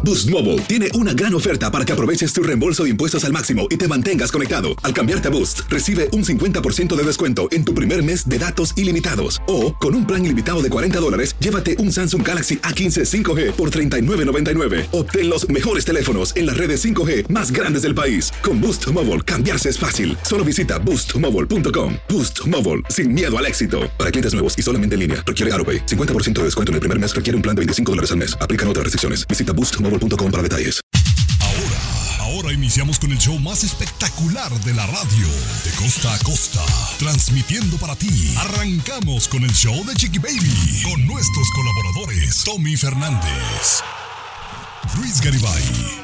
Boost Mobile tiene una gran oferta para que aproveches tu reembolso de impuestos al máximo y te mantengas conectado. Al cambiarte a Boost, recibe un 50% de descuento en tu primer mes de datos ilimitados. O, con un plan ilimitado de $40, llévate un Samsung Galaxy A15 5G por $39.99. Obtén los mejores teléfonos en las redes 5G más grandes del país. Con Boost Mobile, cambiarse es fácil. Solo visita boostmobile.com. Boost Mobile, sin miedo al éxito. Para clientes nuevos y solamente en línea, requiere AroPay. 50% de descuento en el primer mes requiere un plan de $25 al mes. Aplican otras restricciones. Visita boostmobile.com para detalles. Ahora iniciamos con el show más espectacular de la radio, de costa a costa, transmitiendo para ti. Arrancamos con el show de Chiqui Baby, con nuestros colaboradores, Tommy Fernández, Luis Garibay,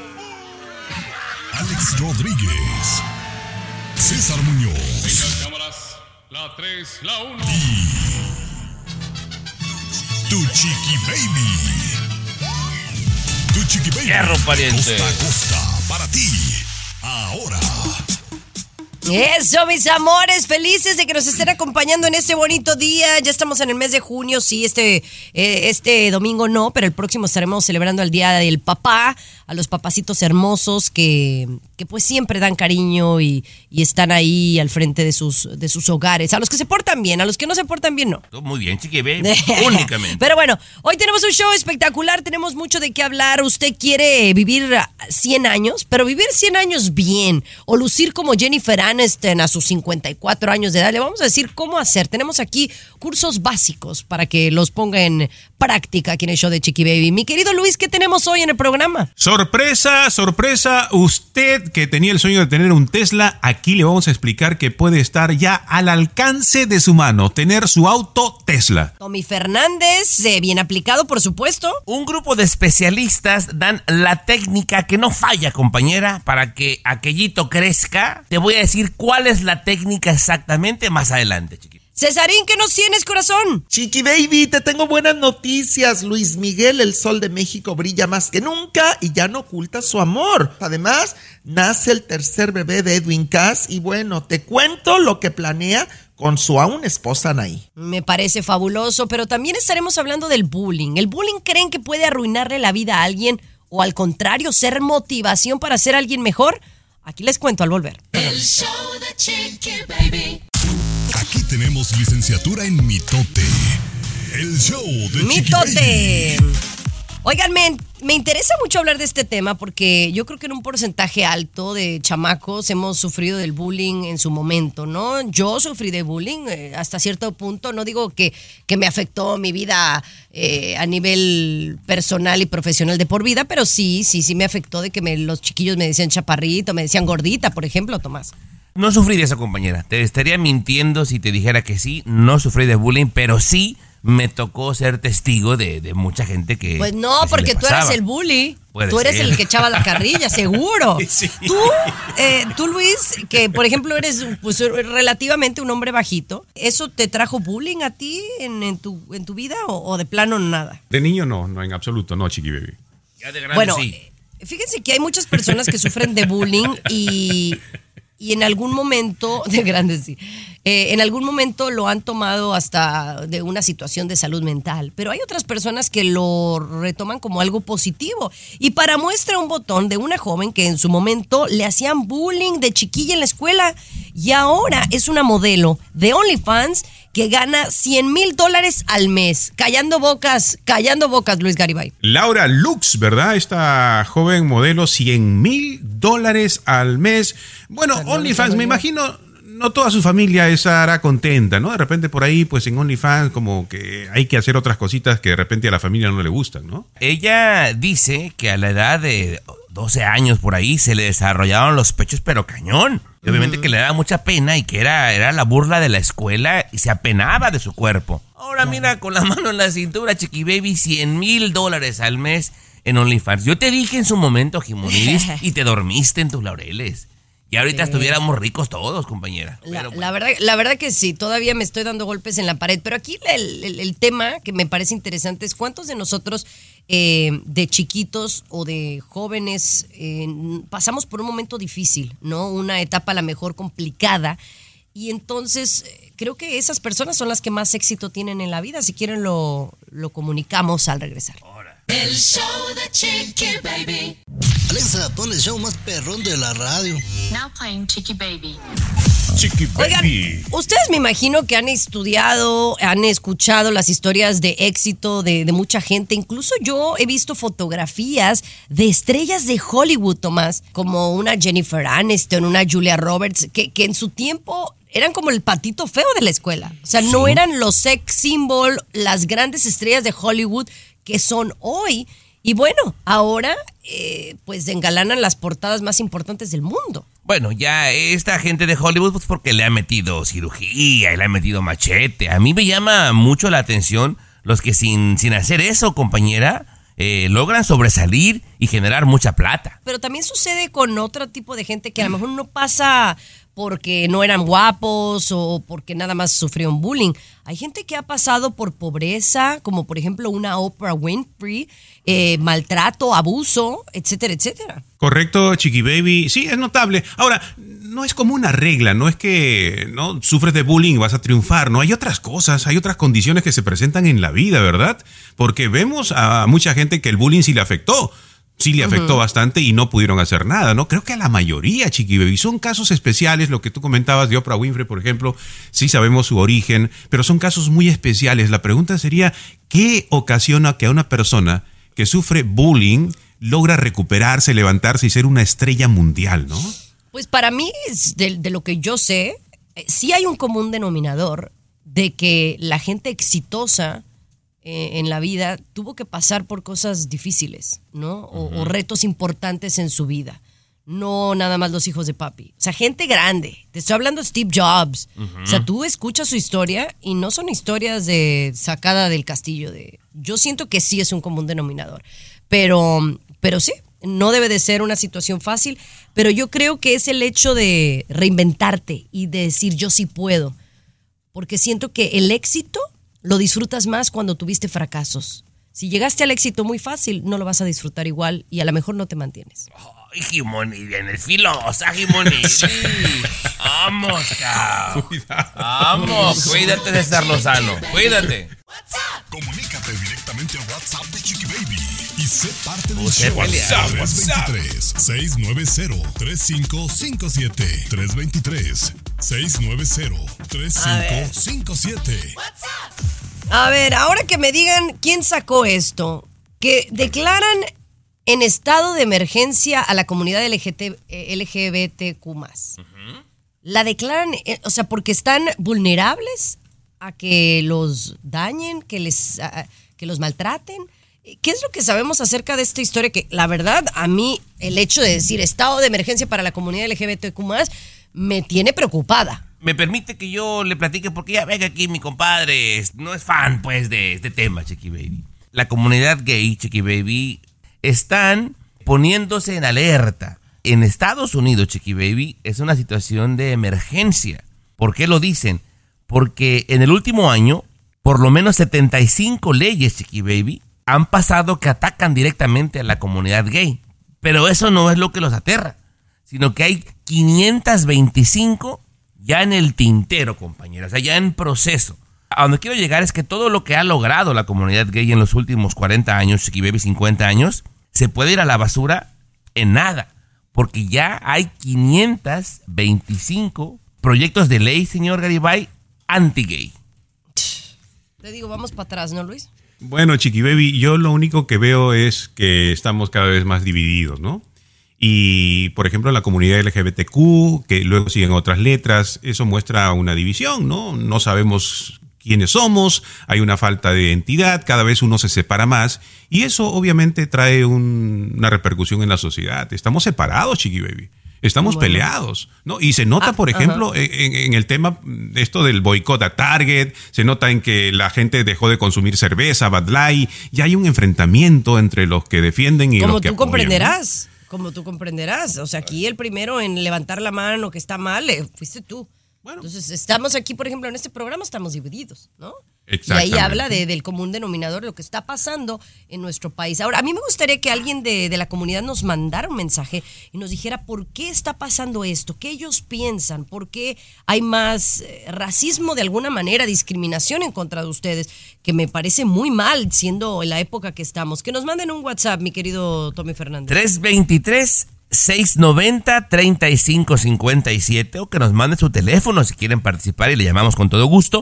Alex Rodríguez, César Muñoz. Venga, cámaras, la 3, la 1. Y tu Chiqui Baby. Tu Chiqui Baby. Hierro, pariente. Costa a costa, para ti, ahora. Eso, mis amores, felices de que nos estén acompañando en este bonito día. Ya estamos en el mes de junio, sí, este domingo no, pero el próximo estaremos celebrando el Día del Papá, a los papacitos hermosos que pues siempre dan cariño y están ahí al frente de sus hogares. A los que se portan bien, a los que no se portan bien, no. Muy bien, Chiqui Baby, únicamente. Pero bueno, hoy tenemos un show espectacular, tenemos mucho de qué hablar. Usted quiere vivir 100 años, pero vivir 100 años bien, o lucir como Jennifer Aniston a sus 54 años de edad. Le vamos a decir cómo hacer. Tenemos aquí cursos básicos para que los ponga en práctica aquí en el show de Chiqui Baby. Mi querido Luis, ¿qué tenemos hoy en el programa? Sorpresa, sorpresa. Usted que tenía el sueño de tener un Tesla, aquí le vamos a explicar que puede estar ya al alcance de su mano, tener su auto Tesla. Tommy Fernández, bien aplicado, por supuesto. Un grupo de especialistas dan la técnica que no falla, compañera, para que aquellito crezca. Te voy a decir cuál es la técnica exactamente más adelante, Chiqui. Cesarín, ¿qué nos tienes, corazón? Chiqui Baby, te tengo buenas noticias. Luis Miguel, el Sol de México, brilla más que nunca y ya no oculta su amor. Además, nace el tercer bebé de Edwin Cass y bueno, te cuento lo que planea con su aún esposa Anaí. Me parece fabuloso, pero también estaremos hablando del bullying. ¿El bullying creen que puede arruinarle la vida a alguien o al contrario, ser motivación para ser alguien mejor? Aquí les cuento al volver. El show de Chiqui Baby. Aquí tenemos licenciatura en mitote. El show de Mitote. Chiqui Baby. Oigan, me interesa mucho hablar de este tema porque yo creo que en un porcentaje alto de chamacos hemos sufrido del bullying en su momento, ¿no? Yo sufrí de bullying hasta cierto punto. No digo que me afectó mi vida a nivel personal y profesional de por vida, pero sí me afectó de que los chiquillos me decían chaparrito, me decían gordita, por ejemplo, Tomás. No sufrí de eso, compañera. Te estaría mintiendo si te dijera que sí, no sufrí de bullying, pero sí me tocó ser testigo de mucha gente que... Pues no, que porque tú eres el bully. Tú eres el que echaba la carrilla, seguro. Sí. Tú, Luis, que por ejemplo eres pues, relativamente un hombre bajito, ¿eso te trajo bullying a ti en tu vida o de plano nada? De niño no, en absoluto, no, Chiqui Baby. Ya de grande, Bueno, sí. Fíjense que hay muchas personas que sufren de bullying y en algún momento, de grandes sí, en algún momento lo han tomado hasta de una situación de salud mental, pero hay otras personas que lo retoman como algo positivo. Y para muestra un botón de una joven que en su momento le hacían bullying de chiquilla en la escuela y ahora es una modelo de OnlyFans que gana $100,000 al mes. Callando bocas, Luis Garibay. Laura Lux, ¿verdad? Esta joven modelo, $100,000 al mes. Bueno, OnlyFans, me imagino, no toda su familia estará contenta, ¿no? De repente por ahí, pues en OnlyFans como que hay que hacer otras cositas que de repente a la familia no le gustan, ¿no? Ella dice que a la edad de 12 años por ahí se le desarrollaron los pechos pero cañón. Y obviamente que le daba mucha pena y que era la burla de la escuela y se apenaba de su cuerpo. Ahora mira, con la mano en la cintura, Chiqui Baby, $100,000 al mes en OnlyFans. Yo te dije en su momento, Jimonidis, y te dormiste en tus laureles. Y ahorita estuviéramos ricos todos, compañera. La verdad que sí, todavía me estoy dando golpes en la pared. Pero aquí el tema que me parece interesante es cuántos de nosotros de chiquitos o de jóvenes pasamos por un momento difícil, ¿no? Una etapa a lo mejor complicada. Y entonces creo que esas personas son las que más éxito tienen en la vida. Si quieren lo comunicamos al regresar. El El show de Chiqui Baby. Alexa, pon el show más perrón de la radio. Now playing Chiqui Baby. Chiqui Baby. Oigan, ustedes me imagino que han estudiado, han escuchado las historias de éxito de mucha gente. Incluso yo he visto fotografías de estrellas de Hollywood, Tomás, como una Jennifer Aniston, una Julia Roberts, que en su tiempo eran como el patito feo de la escuela. O sea, no eran los sex symbol, las grandes estrellas de Hollywood que son hoy. Y bueno, ahora pues engalanan las portadas más importantes del mundo. Bueno, ya esta gente de Hollywood, pues porque le ha metido cirugía y le ha metido machete. A mí me llama mucho la atención los que sin hacer eso, compañera, logran sobresalir y generar mucha plata. Pero también sucede con otro tipo de gente que a lo mejor no pasa porque no eran guapos o porque nada más sufrieron bullying. Hay gente que ha pasado por pobreza, como por ejemplo una Oprah Winfrey, maltrato, abuso, etcétera, etcétera. Correcto, Chiqui Baby. Sí, es notable. Ahora, no es como una regla, no es que no sufres de bullying y vas a triunfar, no, hay otras cosas, hay otras condiciones que se presentan en la vida, ¿verdad? Porque vemos a mucha gente que el bullying sí le afectó. Sí le afectó bastante y no pudieron hacer nada, ¿no? Creo que a la mayoría, Chiqui Baby, son casos especiales, lo que tú comentabas de Oprah Winfrey, por ejemplo, sí sabemos su origen, pero son casos muy especiales. La pregunta sería, ¿qué ocasiona que a una persona que sufre bullying logra recuperarse, levantarse y ser una estrella mundial, ¿no? Pues para mí, de lo que yo sé, sí hay un común denominador de que la gente exitosa en la vida tuvo que pasar por cosas difíciles, ¿no? O retos importantes en su vida. No nada más los hijos de papi. O sea, gente grande. Te estoy hablando de Steve Jobs. O sea, tú escuchas su historia y no son historias de sacada del castillo. Yo siento que sí es un común denominador. Pero sí, no debe de ser una situación fácil. Pero yo creo que es el hecho de reinventarte y de decir yo sí puedo. Porque siento que el éxito lo disfrutas más cuando tuviste fracasos. Si llegaste al éxito muy fácil, no lo vas a disfrutar igual y a lo mejor no te mantienes. Ay, Jimoni, vienes filosa, Jimoni. Vamos, cabrón. Vamos, cuídate de estar Lozano. Cuídate. Comunícate directamente a WhatsApp de Chiqui Baby y sé parte del Usted show. pelea. WhatsApp 323-690-3557. 320-690-3557. A ver, ahora que me digan quién sacó esto, que declaran en estado de emergencia a la comunidad LGBTQ+. La declaran, o sea, porque están vulnerables a que los dañen, que los maltraten. ¿Qué es lo que sabemos acerca de esta historia? Que la verdad, a mí, el hecho de decir estado de emergencia para la comunidad LGBTQ+, me tiene preocupada. Me permite que yo le platique porque ya venga aquí mi compadre, no es fan pues de este tema, Chiqui Baby. La comunidad gay, Chiqui Baby, están poniéndose en alerta. En Estados Unidos, Chiqui Baby, es una situación de emergencia. ¿Por qué lo dicen? Porque en el último año, por lo menos 75 leyes, Chiqui Baby, han pasado que atacan directamente a la comunidad gay. Pero eso no es lo que los aterra, sino que hay 525 ya en el tintero, compañeros, o sea, ya en proceso. A donde quiero llegar es que todo lo que ha logrado la comunidad gay en los últimos 40 años, Chiqui Baby, 50 años, se puede ir a la basura en nada, porque ya hay 525 proyectos de ley, señor Garibay, anti-gay. Te digo, vamos para atrás, ¿no, Luis? Bueno, Chiqui Baby, yo lo único que veo es que estamos cada vez más divididos, ¿no? Y, por ejemplo, la comunidad LGBTQ, que luego siguen otras letras, eso muestra una división, ¿no? No sabemos quiénes somos, hay una falta de identidad, cada vez uno se separa más, y eso obviamente trae una repercusión en la sociedad. Estamos separados, Chiqui Baby. Estamos peleados, ¿no? Y se nota, por ejemplo, en el tema de esto del boicot a Target, se nota en que la gente dejó de consumir cerveza, Bud Light, y hay un enfrentamiento entre los que defienden y los que apoyan. Como tú comprenderás. O sea, aquí el primero en levantar la mano que está mal fuiste tú. Bueno. Entonces, estamos aquí, por ejemplo, en este programa estamos divididos, ¿no? Y ahí habla del común denominador, de lo que está pasando en nuestro país. Ahora, a mí me gustaría que alguien de la comunidad nos mandara un mensaje y nos dijera por qué está pasando esto, qué ellos piensan, por qué hay más racismo de alguna manera, discriminación en contra de ustedes, que me parece muy mal siendo en la época que estamos. Que nos manden un WhatsApp, mi querido Tommy Fernández. 323-690-3557 o que nos manden su teléfono si quieren participar y le llamamos con todo gusto.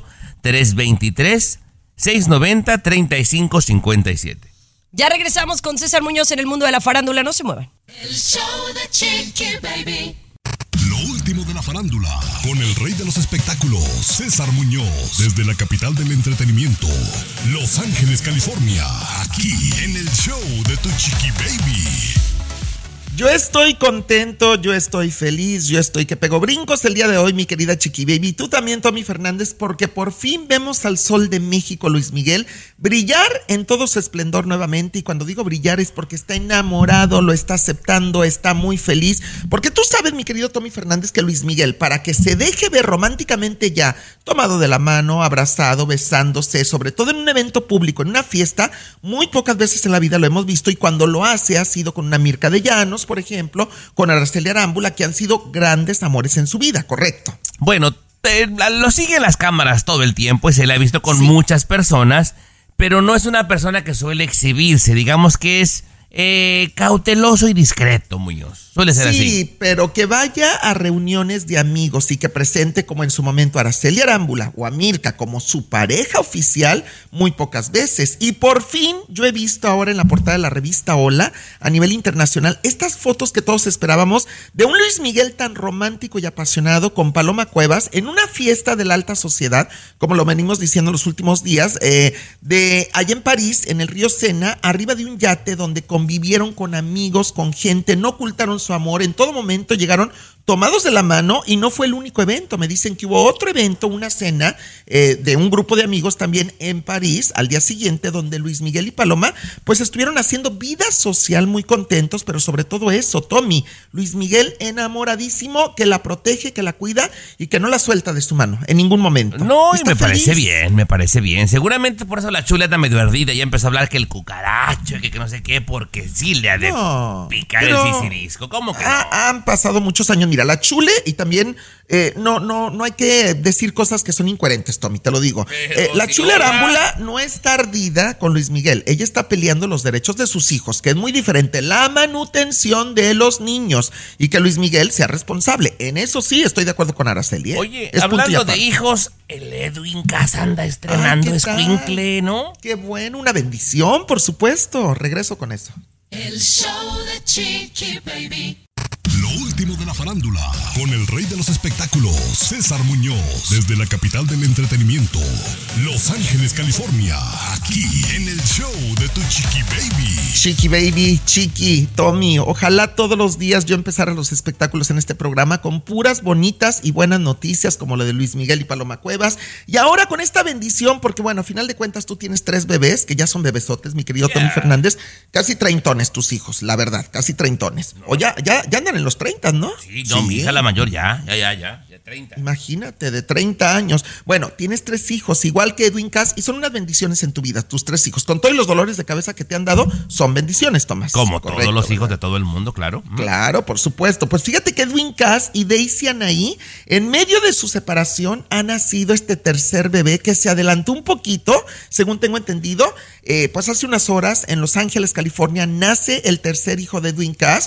323-690-3557. Ya regresamos con César Muñoz en el mundo de la farándula. No se muevan. El show de Chiqui Baby. Lo último de la farándula, con el rey de los espectáculos, César Muñoz, desde la capital del entretenimiento, Los Ángeles, California, aquí en el show de tu Chiqui Baby. Yo estoy contento, yo estoy feliz, yo estoy que pego brincos el día de hoy, mi querida Chiqui Baby. Y tú también, Tommy Fernández, porque por fin vemos al sol de México, Luis Miguel, brillar en todo su esplendor nuevamente. Y cuando digo brillar es porque está enamorado, lo está aceptando, está muy feliz. Porque tú sabes, mi querido Tommy Fernández, que Luis Miguel, para que se deje ver románticamente ya, tomado de la mano, abrazado, besándose, sobre todo en un evento público, en una fiesta, muy pocas veces en la vida lo hemos visto. Y cuando lo hace, ha sido con una Mirka de Llanos, por ejemplo, con Araceli Arámbula, que han sido grandes amores en su vida, ¿correcto? Bueno, lo siguen las cámaras todo el tiempo y se le ha visto con muchas personas, pero no es una persona que suele exhibirse, digamos que es cauteloso y discreto, Muñoz. Suele ser así. Sí, pero que vaya a reuniones de amigos y que presente como en su momento a Araceli Arámbula o a Mirka como su pareja oficial, muy pocas veces. Y por fin yo he visto ahora en la portada de la revista Hola, a nivel internacional, estas fotos que todos esperábamos de un Luis Miguel tan romántico y apasionado con Paloma Cuevas en una fiesta de la alta sociedad, como lo venimos diciendo los últimos días, de allá en París, en el río Sena, arriba de un yate donde convivieron con amigos, con gente, no ocultaron su amor, en todo momento llegaron tomados de la mano y no fue el único evento. Me dicen que hubo otro evento, una cena de un grupo de amigos también en París al día siguiente, donde Luis Miguel y Paloma pues estuvieron haciendo vida social muy contentos, pero sobre todo eso, Tommy, Luis Miguel enamoradísimo, que la protege, que la cuida y que no la suelta de su mano en ningún momento. No, y me parece bien. Seguramente por eso la chula anda medio ardida y empezó a hablar que el cucaracho, que no sé qué, porque sí le ha de picar el sisirisco. ¿Cómo que no? Han pasado muchos años. Mira, la chule y también no hay que decir cosas que son incoherentes, Tommy, te lo digo. La chule Arámbula no está ardida con Luis Miguel. Ella está peleando los derechos de sus hijos, que es muy diferente. La manutención de los niños y que Luis Miguel sea responsable. En eso sí estoy de acuerdo con Araceli. Oye, hablando de hijos, el Edwin Cass anda estrenando escuincle, ¿no? Qué bueno, una bendición, por supuesto. Regreso con eso. El show de Chiqui Baby. Lo último de la farándula, con el rey de los espectáculos, César Muñoz, desde la capital del entretenimiento, Los Ángeles, California, aquí en el show de tu Chiqui Baby. Chiqui Baby, Chiqui, Tommy, ojalá todos los días yo empezara los espectáculos en este programa con puras bonitas y buenas noticias como la de Luis Miguel y Paloma Cuevas. Y ahora con esta bendición, porque bueno, a final de cuentas tú tienes 3 bebés, que ya son bebesotes, mi querido Tommy Fernández, casi treintones tus hijos, la verdad, casi treintones. O ya andan en los 30, ¿no? Sí, no, mi hija la mayor ya 30. Imagínate, de 30 años. Bueno, tienes 3 hijos, igual que Edwin Cass, y son unas bendiciones en tu vida, tus 3 hijos. Con todos los dolores de cabeza que te han dado, son bendiciones, Tomás. Como todos los hijos de todo el mundo, claro. Claro, por supuesto. Pues fíjate que Edwin Cass y Daisy Anaí, en medio de su separación, ha nacido este tercer bebé que se adelantó un poquito, según tengo entendido. Pues hace unas horas, en Los Ángeles, California, nace el tercer hijo de Edwin Cass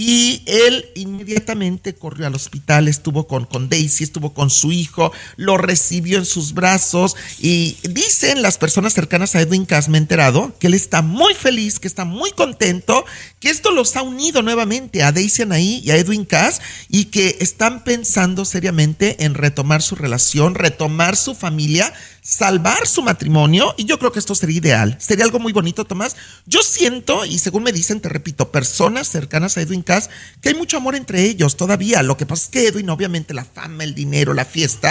y él inmediatamente corrió al hospital, estuvo con Daisy, estuvo con su hijo, lo recibió en sus brazos y dicen las personas cercanas a Edwin Cass, me he enterado, que él está muy feliz, que está muy contento, que esto los ha unido nuevamente a Daisy Anaí y a Edwin Cass y que están pensando seriamente en retomar su relación, retomar su familia, salvar su matrimonio, y yo creo que esto sería ideal, sería algo muy bonito, Tomás. Yo siento, y según me dicen, te repito, personas cercanas a Edwin Cass, que hay mucho amor entre ellos todavía. Lo que pasa es que Edwin, obviamente la fama, el dinero, la fiesta,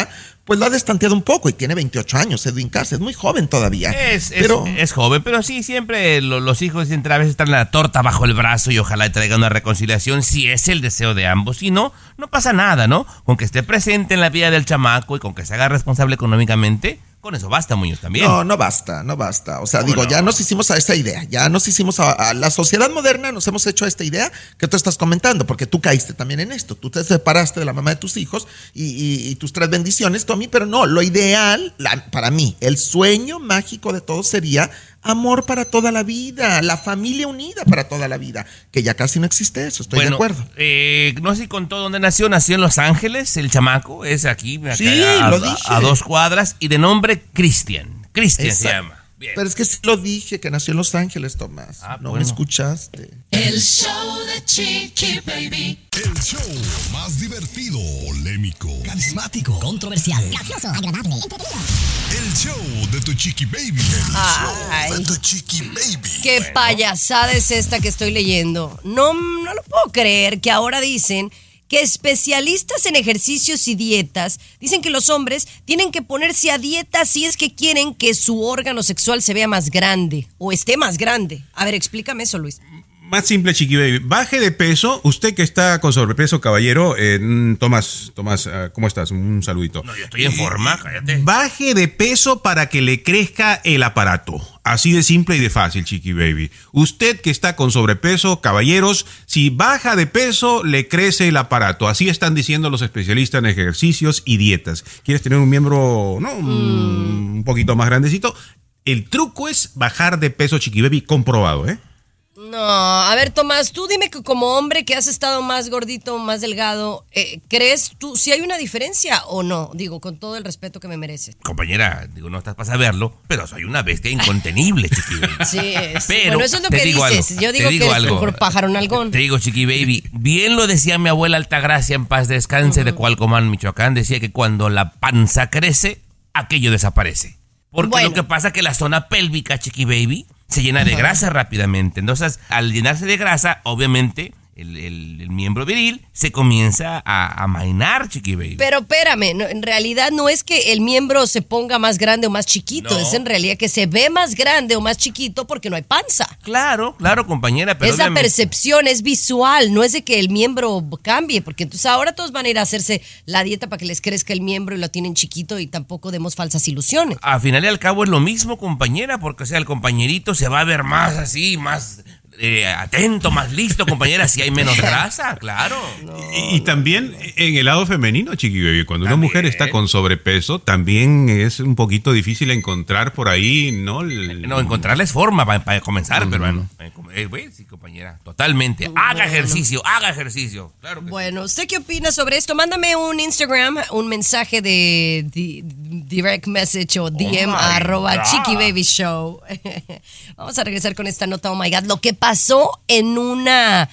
pues lo ha destanteado un poco y tiene 28 años, Edwin Cass, es muy joven todavía. Es joven, pero sí, siempre los hijos siempre a veces traen la torta bajo el brazo y ojalá traigan una reconciliación si es el deseo de ambos. Si no, no pasa nada, ¿no? Con que esté presente en la vida del chamaco y con que se haga responsable económicamente, con eso basta, Muñoz, también. No basta. O sea, ya nos hicimos a esa idea, ya nos hicimos a la sociedad moderna, nos hemos hecho a esta idea que tú estás comentando, porque tú caíste también en esto. Tú te separaste de la mamá de tus hijos y tus 3 bendiciones, Tommy, pero no, lo ideal, para mí, el sueño mágico de todo sería amor para toda la vida, la familia unida para toda la vida, que ya casi no existe eso, estoy de acuerdo. No sé si contó dónde nació en Los Ángeles, el chamaco, es aquí, sí, lo dije. A 2 cuadras, y de nombre Cristian se llama. Bien. Pero es que sí lo dije, que nació en Los Ángeles, Tomás. No me escuchaste. El show de Chiqui Baby. El show más divertido, polémico, Carismático, controversial, gracioso, agradable, entretenido. el show de tu Chiqui Baby. Ay, De tu Chiqui Baby. qué payasada es esta que estoy leyendo. No lo puedo creer que ahora dicen que especialistas en ejercicios y dietas dicen que los hombres tienen que ponerse a dieta si es que quieren que su órgano sexual se vea más grande o esté más grande. A ver, explícame eso, Luis. Más simple, Chiqui Baby. Baje de peso. Usted que está con sobrepeso, caballero. Tomás, ¿cómo estás? Un saludito. No, yo estoy en forma, cállate. Baje de peso para que le crezca el aparato. Así de simple y de fácil, Chiqui Baby. Usted que está con sobrepeso, caballeros, si baja de peso, le crece el aparato. Así están diciendo los especialistas en ejercicios y dietas. ¿Quieres tener un miembro, un poquito más grandecito? El truco es bajar de peso, Chiqui Baby, comprobado, ¿eh? No, a ver, Tomás, tú dime que como hombre que has estado más gordito, más delgado, ¿crees tú si hay una diferencia o no? Digo, con todo el respeto que me mereces. Compañera, no estás para saberlo, pero soy una bestia incontenible, Chiqui Baby. Sí, Pero bueno, eso es lo que dices. Yo digo que es mejor pájaro nalgón. Te digo, Chiqui Baby, bien lo decía mi abuela Altagracia, en paz descanse, de Cualcomán, Michoacán, decía que cuando la panza crece, aquello desaparece. Porque lo que pasa es que la zona pélvica, Chiqui Baby, se llena de grasa rápidamente. Entonces, al llenarse de grasa, obviamente, el miembro viril se comienza a amainar, Chiqui Baby. Pero espérame, en realidad no es que el miembro se ponga más grande o más chiquito, es en realidad que se ve más grande o más chiquito porque no hay panza. Claro, compañera, pero esa percepción es visual, no es de que el miembro cambie, porque entonces ahora todos van a ir a hacerse la dieta para que les crezca el miembro y lo tienen chiquito y tampoco demos falsas ilusiones. Al final y al cabo es lo mismo, compañera, porque o sea, el compañerito se va a ver más así, más atento, más listo, compañera, si hay menos grasa, claro. Y también en el lado femenino, Chiqui Baby, cuando una mujer está con sobrepeso, también es un poquito difícil encontrar por ahí, ¿no? Encontrarles forma para comenzar, pero bueno, sí, compañera, totalmente. Haga ejercicio, claro que bueno, ¿usted qué opina sobre esto? Mándame un Instagram, un mensaje de direct message o DM @Chiqui Baby Show. Vamos a regresar con esta nota, oh my God, lo que pasó en una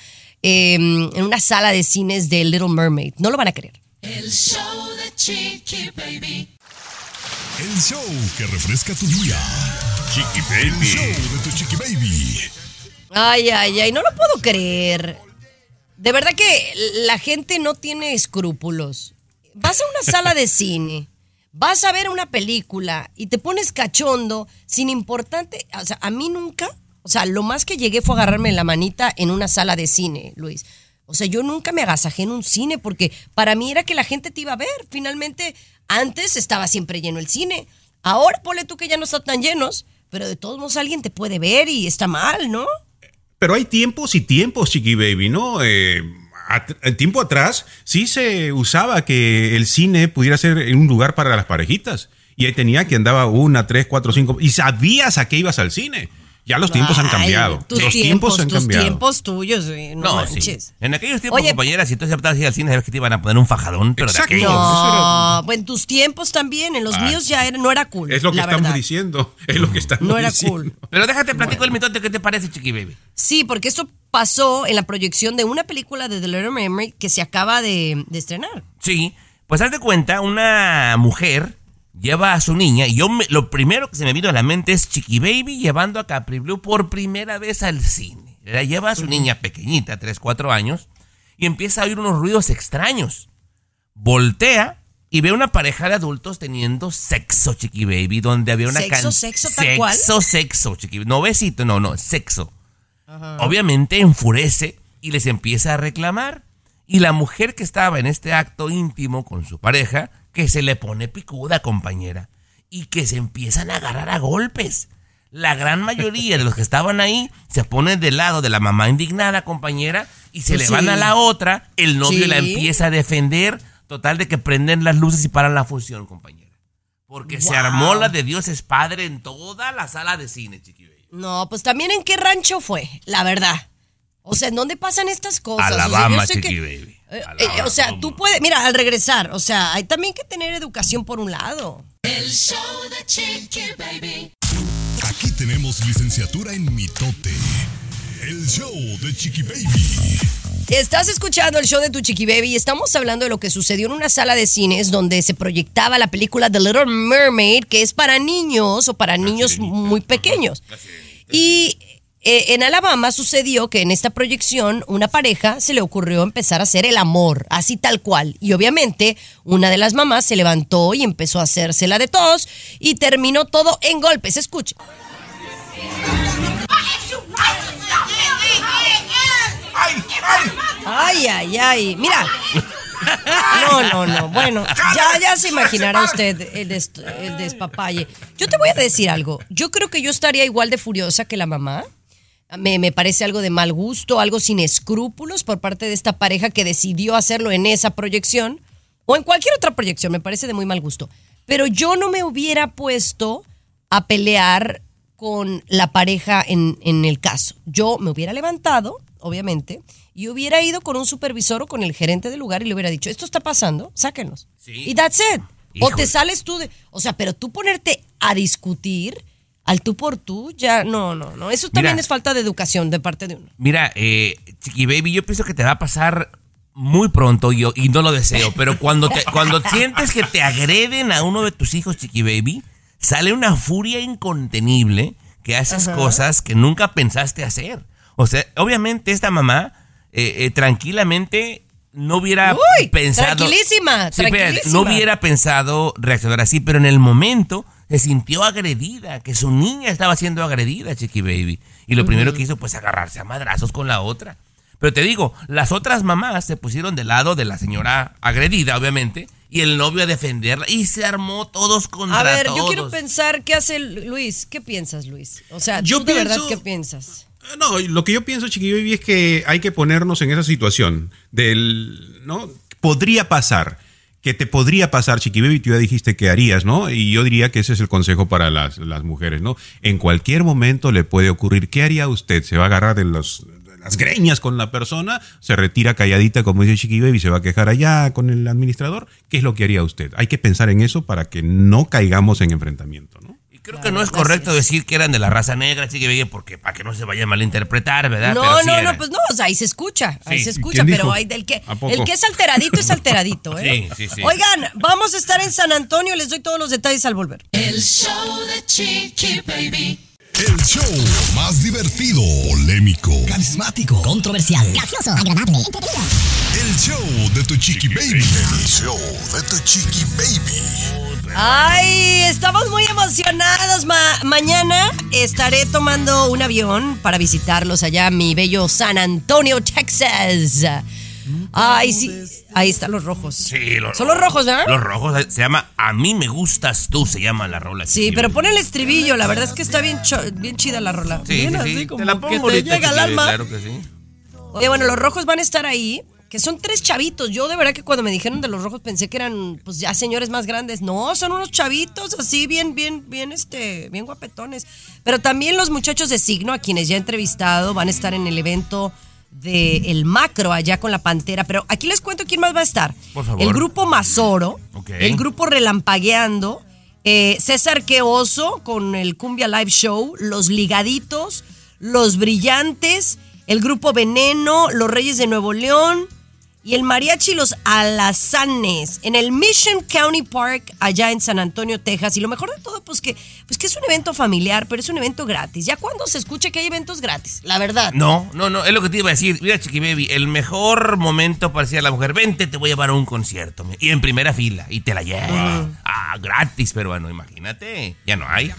sala de cines de Little Mermaid. No lo van a creer. El show de Chiqui Baby. El show que refresca tu día. Chiqui Baby. El show de tu Chiqui Baby. Ay, no lo puedo creer. De verdad que la gente no tiene escrúpulos. Vas a una sala de cine, vas a ver una película y te pones cachondo sin importante. O sea, a mí nunca, o sea, lo más que llegué fue agarrarme la manita en una sala de cine, Luis. O sea, yo nunca me agasajé en un cine porque para mí era que la gente te iba a ver. Finalmente, antes estaba siempre lleno el cine. Ahora ponle tú que ya no están tan llenos, pero de todos modos alguien te puede ver y está mal, ¿no? Pero hay tiempos y tiempos, Chiqui Baby, ¿no? Tiempo atrás sí se usaba que el cine pudiera ser un lugar para las parejitas. Y ahí tenía que andaba 1, 3, 4, 5. Y sabías a qué ibas al cine. Ya los tiempos han cambiado. Los tiempos han cambiado. Tus tiempos tuyos, no manches. Sí. En aquellos tiempos, compañera, si tú aceptabas ir al cine, sabes que te iban a poner un fajadón, pero exacto, de aquellos. No, en tus tiempos también, en los míos ya no era cool. Es lo que estamos diciendo. No era cool. Pero déjate platico el mitote, ¿qué te parece, Chiqui Baby? Sí, porque esto pasó en la proyección de una película de The Little Mermaid que se acaba de estrenar. Sí, pues haz de cuenta, una mujer lleva a su niña, y lo primero que se me vino a la mente es Chiqui Baby llevando a Capri Blue por primera vez al cine. La lleva a su niña pequeñita, 3, 4 años, y empieza a oír unos ruidos extraños. Voltea y ve una pareja de adultos teniendo sexo, Chiqui Baby, donde había una Sexo, tal cual. Sexo, Chiqui Baby. No besito, no, sexo. Ajá. Obviamente enfurece y les empieza a reclamar. Y la mujer que estaba en este acto íntimo con su pareja, que se le pone picuda, compañera, y que se empiezan a agarrar a golpes. La gran mayoría de los que estaban ahí se ponen del lado de la mamá indignada, compañera, y se le van a la otra. El novio la empieza a defender. Total de que prenden las luces y paran la función, compañera. Porque se armó la de Dios es Padre en toda la sala de cine, Chiqui Baby. No, pues también en qué rancho fue, la verdad. O sea, ¿en dónde pasan estas cosas? Alabama, o sea, Chiqui Baby. O sea, tú puedes, mira, al regresar, o sea, hay también que tener educación por un lado. El show de Chiqui Baby. Aquí tenemos licenciatura en mitote. El show de Chiqui Baby. Estás escuchando el show de tu Chiqui Baby y estamos hablando de lo que sucedió en una sala de cines donde se proyectaba la película The Little Mermaid, que es para niños o para niños muy pequeños. Y en Alabama sucedió que en esta proyección una pareja se le ocurrió empezar a hacer el amor, así tal cual. Y obviamente una de las mamás se levantó y empezó a hacérsela de tos y terminó todo en golpes. Escucha. Ay. Mira. No. Bueno, ya se imaginará usted el despapalle. Yo te voy a decir algo. Yo creo que yo estaría igual de furiosa que la mamá. Me parece algo de mal gusto, algo sin escrúpulos por parte de esta pareja que decidió hacerlo en esa proyección o en cualquier otra proyección. Me parece de muy mal gusto. Pero yo no me hubiera puesto a pelear con la pareja en el caso. Yo me hubiera levantado, obviamente, y hubiera ido con un supervisor o con el gerente del lugar y le hubiera dicho, esto está pasando, sáquenos. Sí. Y that's it. Híjole. O te sales tú o sea, pero tú ponerte a discutir al tú por tú, ya no. Eso también es falta de educación de parte de uno. Mira, Chiqui Baby, yo pienso que te va a pasar muy pronto y no lo deseo, pero cuando sientes que te agreden a uno de tus hijos, Chiqui Baby, sale una furia incontenible que haces cosas que nunca pensaste hacer. O sea, obviamente esta mamá tranquilamente no hubiera pensado... Tranquilísima. No hubiera pensado reaccionar así, pero en el momento se sintió agredida, que su niña estaba siendo agredida, Chiqui Baby. Y lo primero que hizo, pues, agarrarse a madrazos con la otra. Pero te digo, las otras mamás se pusieron del lado de la señora agredida, obviamente, y el novio a defenderla, y se armó todos contra todos. A ver, yo quiero pensar, ¿qué hace Luis? ¿Qué piensas, Luis? O sea, ¿tú de verdad qué piensas? No, lo que yo pienso, Chiqui Baby, es que hay que ponernos en esa situación ¿no? Podría pasar, que te podría pasar, Chiqui Baby, tú ya dijiste que harías, ¿no? Y yo diría que ese es el consejo para las mujeres, ¿no? En cualquier momento le puede ocurrir. ¿Qué haría usted? ¿Se va a agarrar de las greñas con la persona? ¿Se retira calladita, como dice Chiqui Baby, se va a quejar allá con el administrador? ¿Qué es lo que haría usted? Hay que pensar en eso para que no caigamos en enfrentamiento, ¿no? Creo que no es correcto decir que eran de la raza negra, Chiqui Baby, porque para que no se vaya a malinterpretar, ¿verdad? No, pues no, o sea, ahí se escucha, pero hay el que es alteradito, ¿eh? Sí. Oigan, vamos a estar en San Antonio, les doy todos los detalles al volver. El show de Chiqui Baby. El show más divertido, polémico, carismático, controversial, gracioso, agradable, entretenido. El show de tu Chiqui Baby. El show de tu Chiqui Baby. Ay, estamos muy emocionados. Mañana estaré tomando un avión para visitarlos allá en mi bello San Antonio, Texas. Ay, sí, ahí están los rojos. Sí, son los rojos, ¿verdad? Los rojos, se llama A mí me gustas tú, se llama la rola. Sí, pero pon el estribillo, la verdad es que está bien chida la rola. Sí, bien, sí, así como te la pongo que te llega al alma. Claro que sí. Oye, bueno, los rojos van a estar ahí, que son 3 chavitos. Yo de verdad que cuando me dijeron de los rojos pensé que eran pues ya señores más grandes. No, son unos chavitos así bien guapetones. Pero también los muchachos de Signo, a quienes ya he entrevistado, van a estar en el evento de El Macro allá con la Pantera. Pero aquí les cuento quién más va a estar. Por favor. El grupo Mazoro, el grupo Relampagueando, César Queoso con el Cumbia Live Show, Los Ligaditos, Los Brillantes, el grupo Veneno, Los Reyes de Nuevo León y el mariachi Los Alazanes en el Mission County Park allá en San Antonio, Texas. Y lo mejor de todo, pues que pues que es un evento familiar, pero es un evento gratis. ¿Ya cuándo se escucha que hay eventos gratis? La verdad. No, es lo que te iba a decir. Mira, Chiqui Baby, el mejor momento para decir a la mujer, vente, te voy a llevar a un concierto. Y en primera fila, y te la llevo. Gratis, pero bueno, imagínate, ya no hay.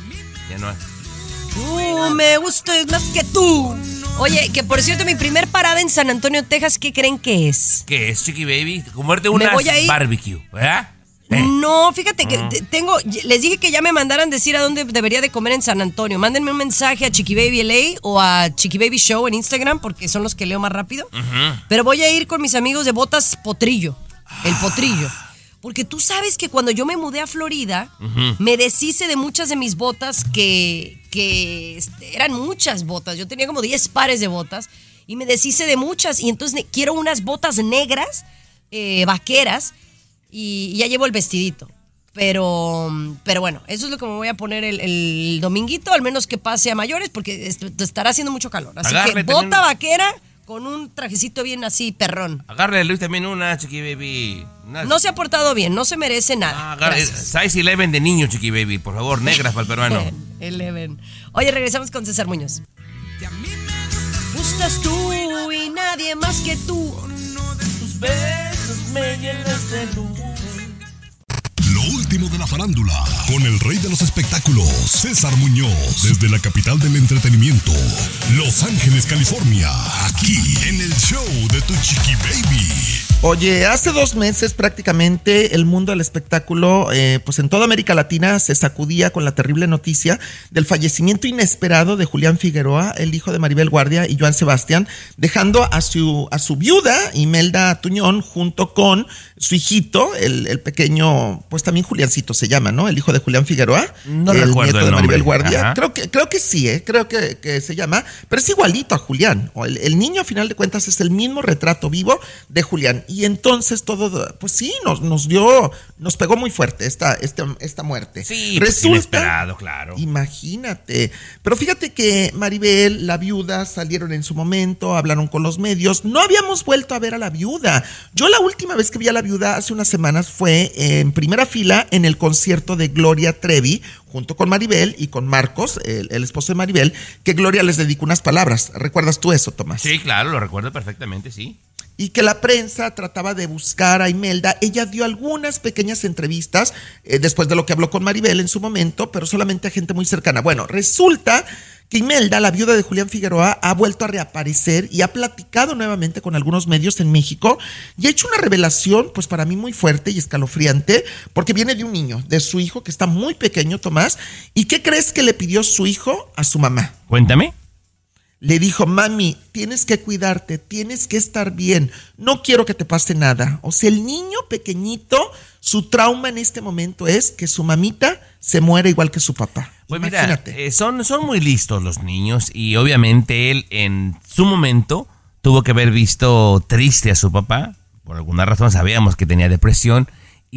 Me gustas más que tú. Oye, que por cierto, mi primer parada en San Antonio, Texas, ¿qué creen que es? ¿Qué es, Chiqui Baby? Comerte unas barbecue, ¿verdad? No, fíjate que les dije que ya me mandaran decir a dónde debería de comer en San Antonio. Mándenme un mensaje a Chiqui Baby LA o a Chiqui Baby Show en Instagram, porque son los que leo más rápido. Pero voy a ir con mis amigos de Botas Potrillo, el Potrillo. Porque tú sabes que cuando yo me mudé a Florida, me deshice de muchas de mis botas que eran muchas botas. Yo tenía como 10 pares de botas y me deshice de muchas. Y entonces quiero unas botas negras, vaqueras, y ya llevo el vestidito. Pero bueno, eso es lo que me voy a poner el dominguito, al menos que pase a mayores, porque estará haciendo mucho calor. Así que bota vaquera con un trajecito bien así, perrón. Agárrale, Luis, también una, Chiqui Baby. No se ha portado bien, no se merece nada. Size 11 de niño, Chiqui Baby, por favor, negras para el peruano. 11. Oye, regresamos con César Muñoz. Gustas tú y nadie más que tú. Tus besos me llenas de luz. Lo último de la farándula, con el rey de los espectáculos, César Muñoz, desde la capital del entretenimiento, Los Ángeles, California, aquí en el show de Tu Chiqui Baby. Oye, hace 2 meses prácticamente el mundo del espectáculo, pues en toda América Latina se sacudía con la terrible noticia del fallecimiento inesperado de Julián Figueroa, el hijo de Maribel Guardia y Joan Sebastián, dejando a su viuda, Imelda Tuñón, junto con su hijito, el pequeño, pues también Juliancito se llama, ¿no? El hijo de Julián Figueroa, no el recuerdo nieto el de Maribel nombre. Guardia. Creo que sí, creo que se llama, pero es igualito a Julián. El niño, a final de cuentas, es el mismo retrato vivo de Julián. Y entonces todo, pues sí, nos pegó muy fuerte esta muerte. Sí, pues inesperado, claro. Imagínate. Pero fíjate que Maribel, la viuda, salieron en su momento, hablaron con los medios. No habíamos vuelto a ver a la viuda. Yo la última vez que vi a la viuda hace unas semanas fue en primera fila en el concierto de Gloria Trevi, junto con Maribel y con Marcos, el esposo de Maribel, que Gloria les dedicó unas palabras. ¿Recuerdas tú eso, Tomás? Sí, claro, lo recuerdo perfectamente, sí. Y que la prensa trataba de buscar a Imelda. Ella dio algunas pequeñas entrevistas después de lo que habló con Maribel en su momento, pero solamente a gente muy cercana. Bueno, resulta que Imelda, la viuda de Julián Figueroa, ha vuelto a reaparecer y ha platicado nuevamente con algunos medios en México y ha hecho una revelación, pues para mí muy fuerte y escalofriante, porque viene de un niño, de su hijo, que está muy pequeño, Tomás. ¿Y qué crees que le pidió su hijo a su mamá? Cuéntame. Le dijo, mami, tienes que cuidarte, tienes que estar bien, no quiero que te pase nada. O sea, el niño pequeñito, su trauma en este momento es que su mamita se muera igual que su papá. Pues imagínate. Mira, son muy listos los niños y obviamente él en su momento tuvo que haber visto triste a su papá. Por alguna razón sabíamos que tenía depresión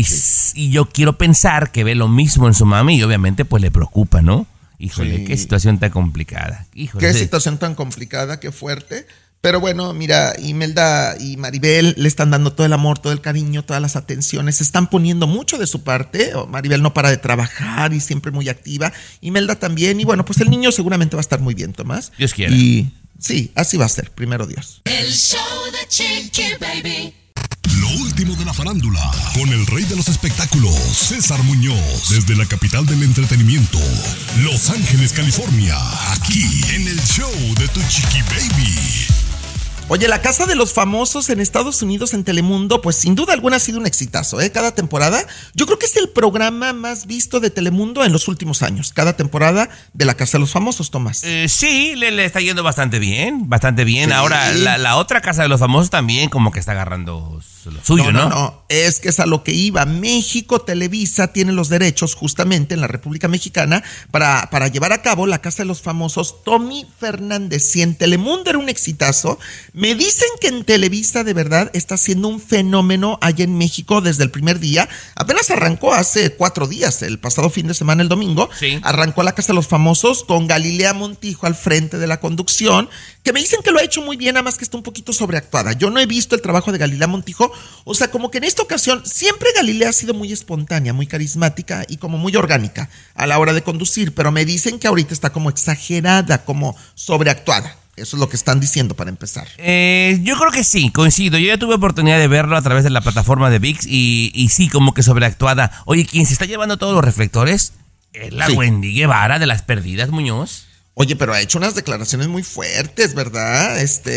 y yo quiero pensar que ve lo mismo en su mami y obviamente pues le preocupa, ¿no? Híjole, sí. Qué situación tan complicada. Híjole. Qué situación tan complicada, qué fuerte. Pero bueno, mira, Imelda y Maribel le están dando todo el amor, todo el cariño, todas las atenciones. Se están poniendo mucho de su parte. Maribel no para de trabajar y siempre muy activa. Imelda también. Y bueno, pues el niño seguramente va a estar muy bien, Tomás. Dios quiera. Y sí, así va a ser, primero Dios. El show de Chiqui Baby. Lo último de la farándula, con el rey de los espectáculos, César Muñoz, desde la capital del entretenimiento, Los Ángeles, California, aquí en el show de Tu Chiqui Baby. Oye, la Casa de los Famosos en Estados Unidos en Telemundo, pues sin duda alguna ha sido un exitazo, cada temporada. Yo creo que es el programa más visto de Telemundo en los últimos años, cada temporada de la Casa de los Famosos, Tomás. Sí, le está yendo bastante bien. Sí. Ahora, la otra Casa de los Famosos también como que está agarrando lo suyo, ¿no? No, es que es a lo que iba. México Televisa tiene los derechos justamente en la República Mexicana para llevar a cabo la Casa de los Famosos Tommy Fernández. Si en Telemundo era un exitazo, Me dicen que en Televisa de verdad está siendo un fenómeno allá en México desde el primer día. Apenas arrancó hace 4 días, el pasado fin de semana, el domingo. Sí. Arrancó La Casa de los Famosos con Galilea Montijo al frente de la conducción, que me dicen que lo ha hecho muy bien, nada más que está un poquito sobreactuada. Yo no he visto el trabajo de Galilea Montijo, o sea, como que en esta ocasión siempre Galilea ha sido muy espontánea, muy carismática y como muy orgánica a la hora de conducir, pero me dicen que ahorita está como exagerada, como sobreactuada. Eso es lo que están diciendo para empezar. Yo creo que sí, coincido. Yo ya tuve oportunidad de verlo a través de la plataforma de ViX y sí, como que sobreactuada. Oye, ¿quién se está llevando todos los reflectores? Es la Wendy Guevara de Las Perdidas, Muñoz. Oye, pero ha hecho unas declaraciones muy fuertes, ¿verdad?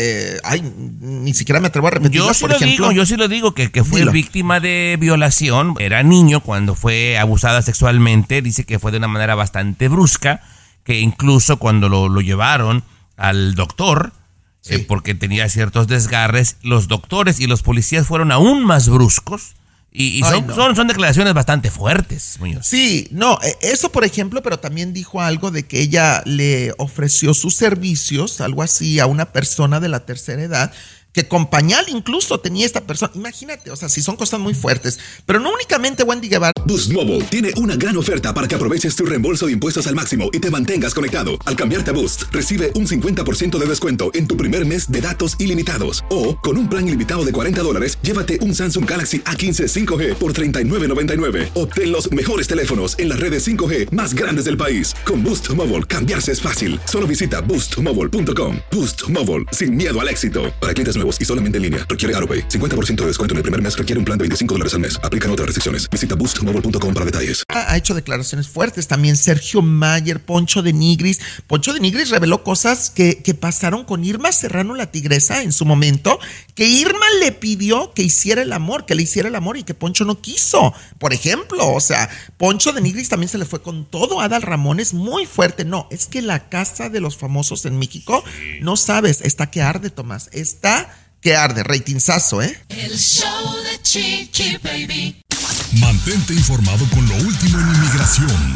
Ni siquiera me atrevo a repetirlas, Yo sí lo digo, que fue víctima de violación. Era niño cuando fue abusada sexualmente. Dice que fue de una manera bastante brusca, que incluso cuando lo llevaron al doctor, porque tenía ciertos desgarres, los doctores y los policías fueron aún más bruscos. Y son declaraciones bastante fuertes, Muñoz. Sí, no, eso por ejemplo, pero también dijo algo de que ella le ofreció sus servicios, algo así, a una persona de la tercera edad, que con pañal incluso tenía esta persona. Imagínate, o sea, si son cosas muy fuertes. Pero no únicamente Wendy Guevara. Boost Mobile tiene una gran oferta para que aproveches tu reembolso de impuestos al máximo y te mantengas conectado. Al cambiarte a Boost, recibe un 50% de descuento en tu primer mes de datos ilimitados. O, con un plan ilimitado de $40, llévate un Samsung Galaxy A15 5G por $39.99. Obtén los mejores teléfonos en las redes 5G más grandes del país. Con Boost Mobile, cambiarse es fácil. Solo visita boostmobile.com. Boost Mobile, sin miedo al éxito. Para clientes nuevos y solamente en línea. Requiere AutoPay. 50% de descuento en el primer mes. Requiere un plan de $25 al mes. Aplican otras restricciones. Visita boostmobile.com para detalles. Ha hecho declaraciones fuertes. También Sergio Mayer, Poncho de Nigris. Poncho de Nigris reveló cosas que pasaron con Irma Serrano, la tigresa, en su momento. Que Irma le pidió que hiciera el amor, que le hiciera el amor y que Poncho no quiso. Por ejemplo, o sea, Poncho de Nigris también se le fue con todo a Adal Ramones, muy fuerte. No, es que La Casa de los Famosos en México, no sabes, está que arde, Tomás. Está que arde, ratingzazo, ¿eh? El show de Chiqui Baby. Mantente informado con lo último en inmigración.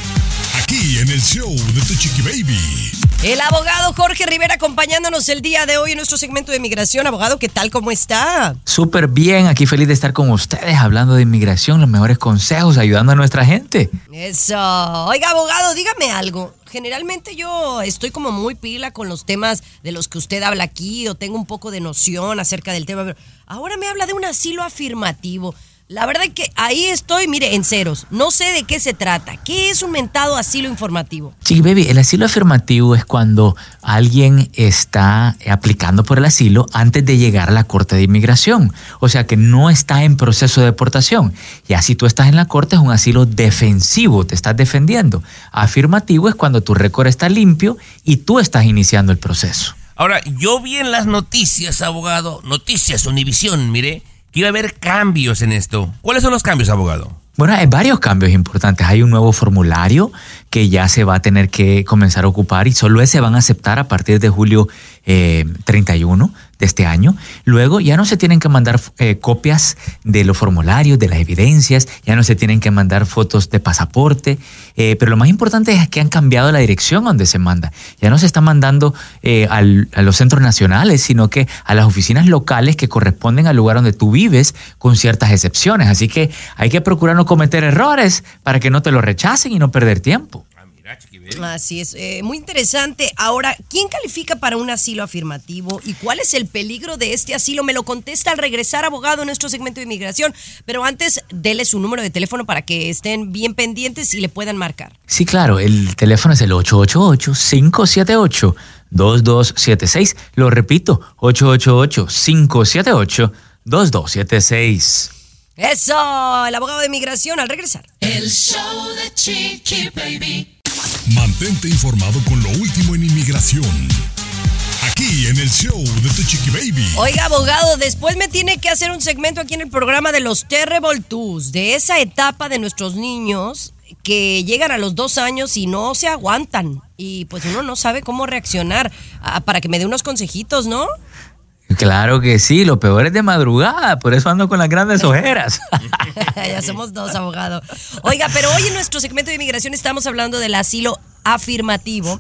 Aquí en el show de tu Chiqui Baby. El abogado Jorge Rivera acompañándonos el día de hoy en nuestro segmento de inmigración. Abogado, ¿qué tal? ¿Cómo está? Súper bien, aquí feliz de estar con ustedes hablando de inmigración, los mejores consejos, ayudando a nuestra gente. Eso. Oiga, abogado, dígame algo. Generalmente yo estoy como muy pila con los temas de los que usted habla aquí o tengo un poco de noción acerca del tema, pero ahora me habla de un asilo afirmativo. La verdad es que ahí estoy, mire, en ceros. No sé de qué se trata. ¿Qué es un mentado asilo informativo? Sí, baby, el asilo afirmativo es cuando alguien está aplicando por el asilo antes de llegar a la corte de inmigración. O sea, que no está en proceso de deportación. Ya si tú estás en la corte es un asilo defensivo, te estás defendiendo. Afirmativo es cuando tu récord está limpio y tú estás iniciando el proceso. Ahora, yo vi en las noticias, abogado, Noticias Univisión, mire, que iba a haber cambios en esto. ¿Cuáles son los cambios, abogado? Bueno, hay varios cambios importantes. Hay un nuevo formulario que ya se va a tener que comenzar a ocupar y solo se van a aceptar a partir de julio 31 de este año. Luego ya no se tienen que mandar copias de los formularios, de las evidencias, ya no se tienen que mandar fotos de pasaporte, pero lo más importante es que han cambiado la dirección donde se manda. Ya no se está mandando a los centros nacionales, sino que a las oficinas locales que corresponden al lugar donde tú vives, con ciertas excepciones. Así que hay que procurar no cometer errores para que no te lo rechacen y no perder tiempo. Así es, muy interesante. Ahora, ¿quién califica para un asilo afirmativo y cuál es el peligro de este asilo? Me lo contesta al regresar, abogado, en nuestro segmento de inmigración. Pero antes, dele su número de teléfono para que estén bien pendientes y le puedan marcar. Sí, claro, el teléfono es el 888-578-2276. Lo repito, 888-578-2276. Eso, el abogado de inmigración al regresar. El show de Chiqui Baby. Mantente informado con lo último en inmigración. Aquí en el show de tu Chiqui Baby. Oiga, abogado, después me tiene que hacer un segmento aquí en el programa de los Terrible Twos, de esa etapa de nuestros niños que llegan a los 2 años y no se aguantan. Y pues uno no sabe cómo reaccionar. Para que me dé unos consejitos, ¿no? Claro que sí, lo peor es de madrugada, por eso ando con las grandes ojeras. Ya somos 2, abogado. Oiga, pero hoy en nuestro segmento de inmigración estamos hablando del asilo afirmativo.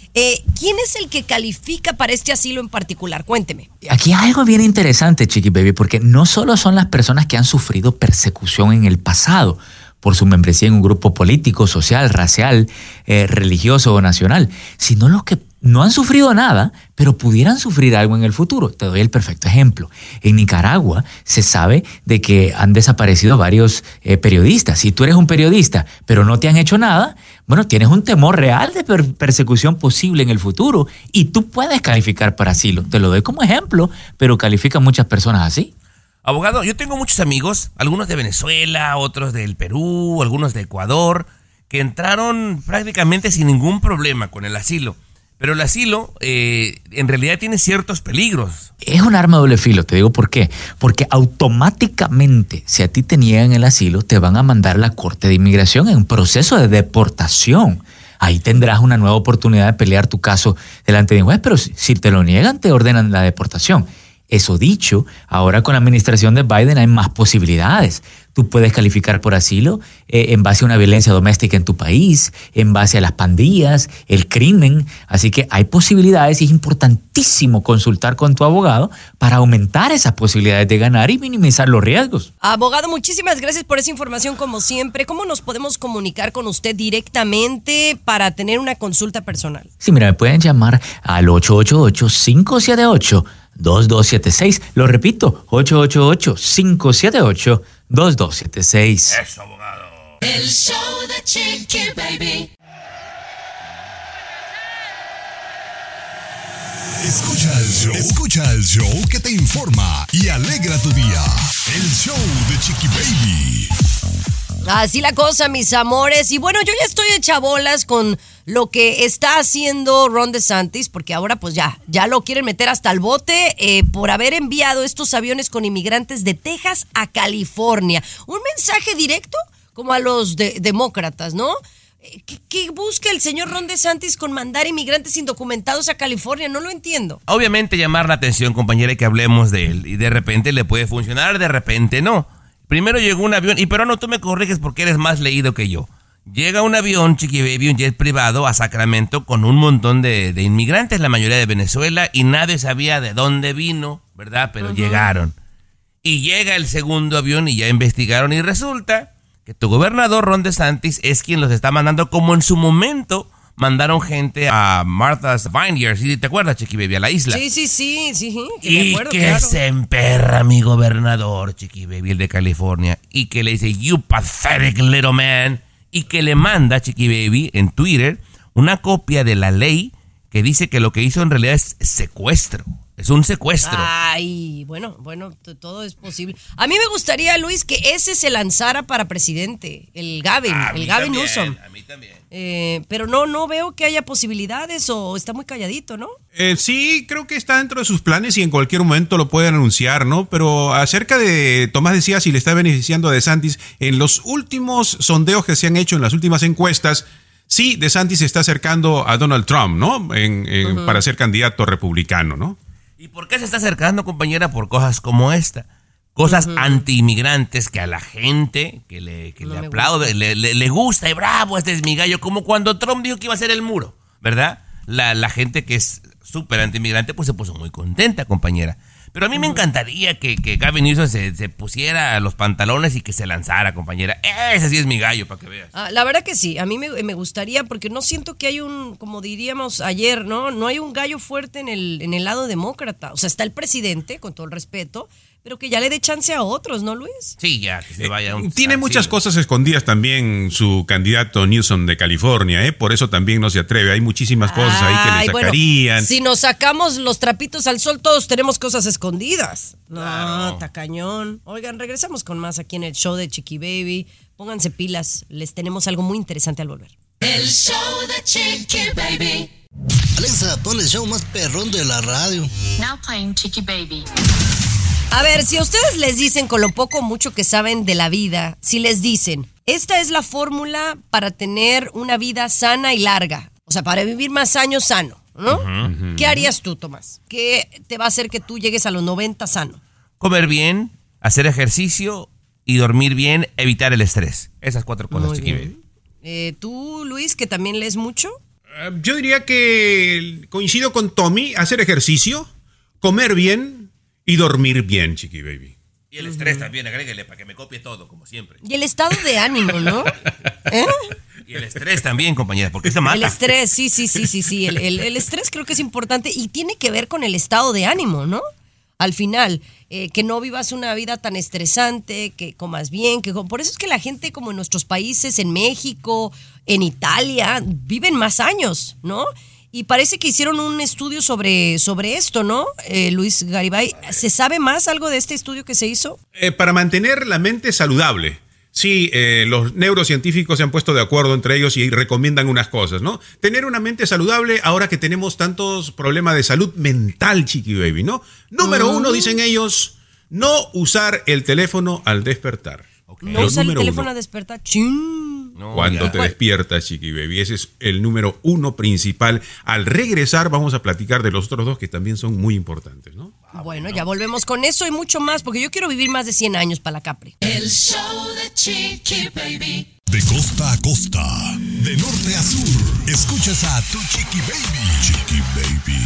¿Quién es el que califica para este asilo en particular? Cuénteme. Aquí hay algo bien interesante, Chiqui Baby, porque no solo son las personas que han sufrido persecución en el pasado por su membresía en un grupo político, social, racial, religioso o nacional, sino los que no han sufrido nada, pero pudieran sufrir algo en el futuro. Te doy el perfecto ejemplo. En Nicaragua se sabe de que han desaparecido varios periodistas. Si tú eres un periodista, pero no te han hecho nada, bueno, tienes un temor real de persecución posible en el futuro y tú puedes calificar para asilo. Te lo doy como ejemplo, pero califican muchas personas así. Abogado, yo tengo muchos amigos, algunos de Venezuela, otros del Perú, algunos de Ecuador, que entraron prácticamente sin ningún problema con el asilo. Pero el asilo en realidad tiene ciertos peligros. Es un arma de doble filo, te digo por qué. Porque automáticamente, si a ti te niegan el asilo, te van a mandar a la Corte de Inmigración en un proceso de deportación. Ahí tendrás una nueva oportunidad de pelear tu caso delante de un juez, pero si te lo niegan, te ordenan la deportación. Eso dicho, ahora con la administración de Biden hay más posibilidades. Tú puedes calificar por asilo en base a una violencia doméstica en tu país, en base a las pandillas, el crimen. Así que hay posibilidades y es importantísimo consultar con tu abogado para aumentar esas posibilidades de ganar y minimizar los riesgos. Abogado, muchísimas gracias por esa información como siempre. ¿Cómo nos podemos comunicar con usted directamente para tener una consulta personal? Sí, mira, me pueden llamar al 888-578-2276. Lo repito, 888-578-2276. Eso, abogado. El show de Chiqui Baby. Escucha el show que te informa y alegra tu día. El show de Chiqui Baby. Así la cosa, mis amores. Y bueno, yo ya estoy hecha bolas con lo que está haciendo Ron DeSantis, porque ahora pues ya lo quieren meter hasta el bote por haber enviado estos aviones con inmigrantes de Texas a California. Un mensaje directo como a los demócratas, ¿no? ¿Qué busca el señor Ron DeSantis con mandar inmigrantes indocumentados a California? No lo entiendo. Obviamente llamar la atención, compañera, y que hablemos de él. Y de repente le puede funcionar, de repente no. Primero llegó un avión, y pero no, tú me corriges porque eres más leído que yo. Llega un avión, Chiqui Baby, un jet privado a Sacramento con un montón de inmigrantes, la mayoría de Venezuela, y nadie sabía de dónde vino, ¿verdad? Pero llegaron. Y llega el segundo avión y ya investigaron y resulta que tu gobernador Ron DeSantis es quien los está mandando, como en su momento mandaron gente a Martha's Vineyard, ¿sí te acuerdas, Chiqui Baby, a la isla? Sí, que y me acuerdo, que claro. se emperra mi gobernador, Chiqui Baby, el de California, y que le dice, you pathetic little man, y que le manda, Chiqui Baby, en Twitter, una copia de la ley que dice que lo que hizo en realidad es secuestro. Es un secuestro. Ay, bueno, todo es posible. A mí me gustaría, Luis, que ese se lanzara para presidente, el Gavin Newsom. A mí también. Pero no veo que haya posibilidades o está muy calladito, ¿no? Sí, creo que está dentro de sus planes y en cualquier momento lo pueden anunciar, ¿no? Pero acerca de, Tomás decía, si le está beneficiando a DeSantis, en los últimos sondeos que se han hecho, en las últimas encuestas, sí, DeSantis se está acercando a Donald Trump, ¿no? Para ser candidato republicano, ¿no? ¿Y por qué se está acercando, compañera? Por cosas como esta. Cosas anti-inmigrantes que a la gente que le aplaude, le gusta y bravo, este es mi gallo. Como cuando Trump dijo que iba a hacer el muro, ¿verdad? La gente que es súper anti-inmigrante pues se puso muy contenta, compañera. Pero a mí me encantaría que Gavin Newsom se pusiera los pantalones y que se lanzara, compañera. Ese sí es mi gallo, para que veas. La verdad que sí, a mí me gustaría, porque no siento que hay como diríamos ayer, no hay un gallo fuerte en el lado demócrata. O sea, está el presidente, con todo el respeto, pero que ya le dé chance a otros, ¿no, Luis? Sí, ya, que se vaya. Tiene muchas cosas escondidas también su candidato Newsom de California, por eso también no se atreve. Hay muchísimas cosas ahí que le sacarían. Bueno, si nos sacamos los trapitos al sol, todos tenemos cosas escondidas. Claro. No, tacañón. Oigan, regresamos con más aquí en el show de Chiqui Baby. Pónganse pilas, les tenemos algo muy interesante al volver. El show de Chiqui Baby. Alexa, pon el show más perrón de la radio. Now playing Chiqui Baby. A ver, si a ustedes les dicen con lo poco o mucho que saben de la vida, si les dicen, esta es la fórmula para tener una vida sana y larga, o sea, para vivir más años sano, ¿no? ¿Qué harías tú, Tomás? ¿Qué te va a hacer que tú llegues a los 90 sano? Comer bien, hacer ejercicio y dormir bien, evitar el estrés. Esas 4 cosas, Chiqui Baby. ¿Tú, Luis, que también lees mucho? Yo diría que coincido con Tommy, hacer ejercicio, comer bien y dormir bien, Chiqui Baby. Y el estrés también, agréguele para que me copie todo, como siempre. Y el estado de ánimo, ¿no? Y el estrés también, compañera, porque se mata. El estrés, sí. El estrés creo que es importante y tiene que ver con el estado de ánimo, ¿no? Al final, que no vivas una vida tan estresante, que comas bien, por eso es que la gente como en nuestros países, en México, en Italia, viven más años, ¿no? Y parece que hicieron un estudio sobre esto, ¿no? Luis Garibay, ¿se sabe más algo de este estudio que se hizo? Para mantener la mente saludable. Sí, los neurocientíficos se han puesto de acuerdo entre ellos y recomiendan unas cosas, ¿no? Tener una mente saludable ahora que tenemos tantos problemas de salud mental, Chiqui Baby, ¿no? Número 1, dicen ellos, no usar el teléfono al despertar. Okay. No usar el teléfono al despertar. Cuando te despiertas, Chiqui Baby. Ese es el número 1 principal. Al regresar vamos a platicar de los otros 2 que también son muy importantes, ¿no? Bueno, ya volvemos con eso y mucho más, porque yo quiero vivir más de 100 años para la Capri. El show de Chiqui Baby. De costa a costa, de norte a sur, escuchas a tu Chiqui Baby. Chiqui Baby.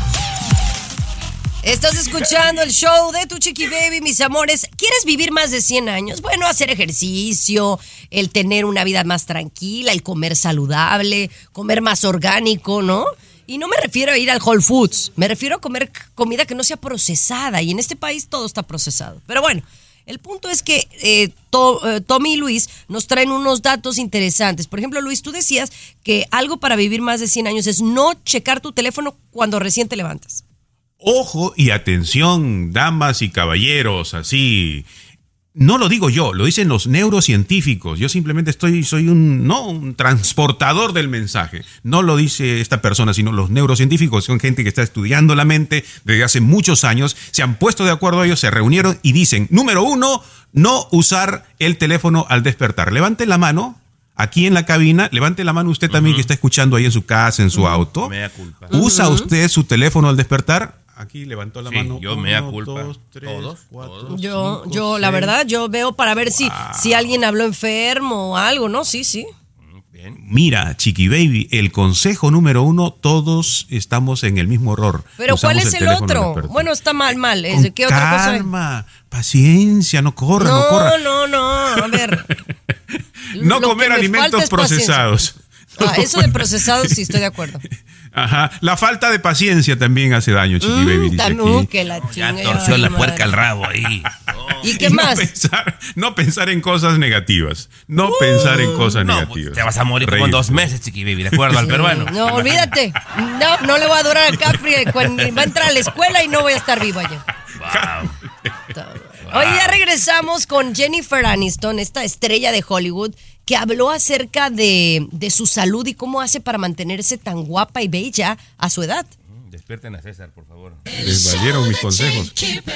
Estás escuchando el show de tu Chiqui Baby, mis amores. ¿Quieres vivir más de 100 años? Bueno, hacer ejercicio, el tener una vida más tranquila, el comer saludable, comer más orgánico, ¿no? Y no me refiero a ir al Whole Foods, me refiero a comer comida que no sea procesada. Y en este país todo está procesado. Pero bueno, el punto es que Tommy y Luis nos traen unos datos interesantes. Por ejemplo, Luis, tú decías que algo para vivir más de 100 años es no checar tu teléfono cuando recién te levantas. Ojo y atención, damas y caballeros, así. No lo digo yo, lo dicen los neurocientíficos. Yo simplemente soy un transportador del mensaje. No lo dice esta persona, sino los neurocientíficos. Son gente que está estudiando la mente desde hace muchos años. Se han puesto de acuerdo ellos, se reunieron y dicen, número 1, no usar el teléfono al despertar. Levante la mano. Aquí en la cabina, levante la mano usted también que está escuchando ahí en su casa, en su auto. Mea culpa. ¿Usa usted su teléfono al despertar? Aquí levantó la mano. Yo mea culpa. 2, 3, ¿Todos? 4, Yo, 5, la 6. verdad, yo veo para ver si alguien habló enfermo o algo, ¿no? Sí. Bien. Mira, Chiqui Baby, el consejo número 1, todos estamos en el mismo error. Pero Usamos ¿cuál es el teléfono otro? al despertar. Bueno, está mal. Con ¿Qué otra cosa? calma, paciencia, no corra. No, a ver. No Lo comer que me alimentos falta es procesados. Eso de procesados sí estoy de acuerdo. Ajá, la falta de paciencia también hace daño, Chiqui Baby, dice aquí. Que la Ya chinga, torció ay, la madre. puerca al rabo ahí. ¿Y qué más? No pensar en cosas negativas. No pensar en cosas No, negativas. te vas a morir como en 2 meses, Chiqui Baby, de acuerdo al peruano. No, olvídate. No le voy a durar al Capri. Va a entrar a la escuela y no voy a estar vivo allá. Wow. Hoy ya regresamos con Jennifer Aniston, esta estrella de Hollywood, que habló acerca de su salud y cómo hace para mantenerse tan guapa y bella a su edad. Despierten a César, por favor. Les valieron mis consejos.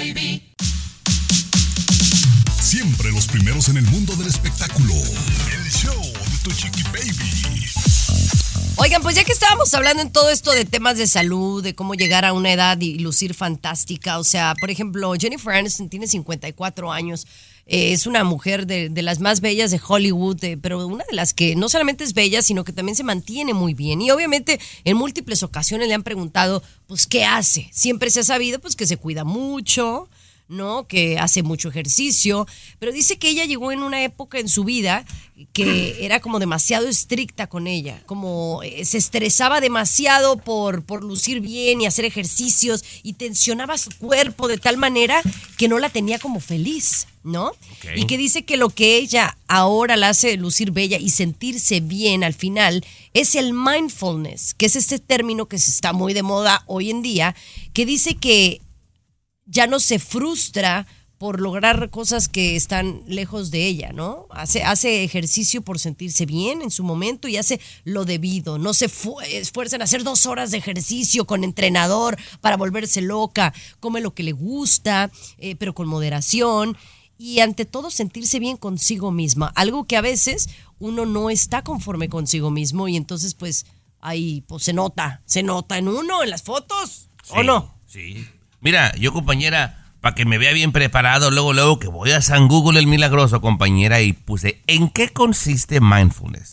Siempre los primeros en el mundo del espectáculo. El show de tu Chiqui Baby. Oigan, pues ya que estábamos hablando en todo esto de temas de salud, de cómo llegar a una edad y lucir fantástica, o sea, por ejemplo, Jennifer Aniston tiene 54 años, es una mujer de las más bellas de Hollywood, pero una de las que no solamente es bella, sino que también se mantiene muy bien. Y obviamente en múltiples ocasiones le han preguntado, pues, ¿qué hace? Siempre se ha sabido, pues, que se cuida mucho, ¿no? Que hace mucho ejercicio, pero dice que ella llegó en una época en su vida que era como demasiado estricta con ella, como se estresaba demasiado por lucir bien y hacer ejercicios y tensionaba su cuerpo de tal manera que no la tenía como feliz, ¿no? Okay. Y que dice que lo que ella ahora la hace lucir bella y sentirse bien al final es el mindfulness, que es este término que se está muy de moda hoy en día, que dice que ya no se frustra por lograr cosas que están lejos de ella, ¿no? Hace ejercicio por sentirse bien en su momento y hace lo debido. No se esfuerza en hacer 2 horas de ejercicio con entrenador para volverse loca. Come lo que le gusta, pero con moderación. Y ante todo sentirse bien consigo misma. Algo que a veces uno no está conforme consigo mismo y entonces pues ahí pues se nota en uno, en las fotos, ¿o no? Sí. Mira, yo, compañera, para que me vea bien preparado, luego que voy a San Google el Milagroso, compañera, y puse, ¿en qué consiste mindfulness?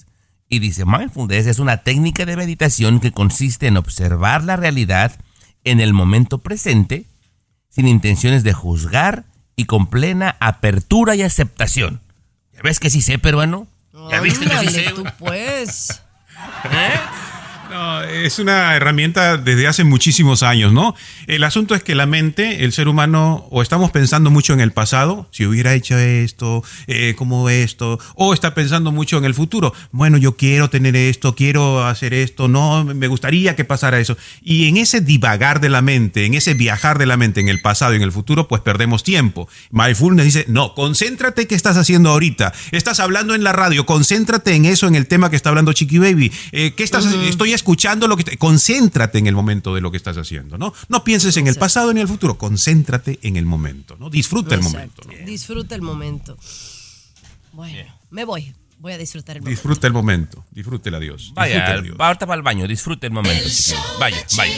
Y dice, mindfulness es una técnica de meditación que consiste en observar la realidad en el momento presente, sin intenciones de juzgar y con plena apertura y aceptación. ¿Ya ves que sí sé, peruano? ¿Ya viste que sí sé? Tú pues. No, es una herramienta desde hace muchísimos años, ¿no? El asunto es que la mente, el ser humano, o estamos pensando mucho en el pasado, si hubiera hecho esto, como esto, o está pensando mucho en el futuro. Bueno, yo quiero tener esto, quiero hacer esto, no, me gustaría que pasara eso. Y en ese divagar de la mente, en ese viajar de la mente en el pasado y en el futuro, pues perdemos tiempo. Mindfulness dice, no, concéntrate qué estás haciendo ahorita. Estás hablando en la radio, concéntrate en eso, en el tema que está hablando Chiqui Baby. ¿Qué estás haciendo? Estoy escuchando lo que concéntrate en el momento de lo que estás haciendo, ¿no? No pienses en el pasado ni en el futuro, concéntrate en el momento, ¿no? Disfruta el momento, ¿no? Disfruta el momento. Bueno, me voy a disfrutar el momento. Disfruta el momento, disfrútela Dios. Vaya, ahorita para el baño, disfrute el momento. Vaya.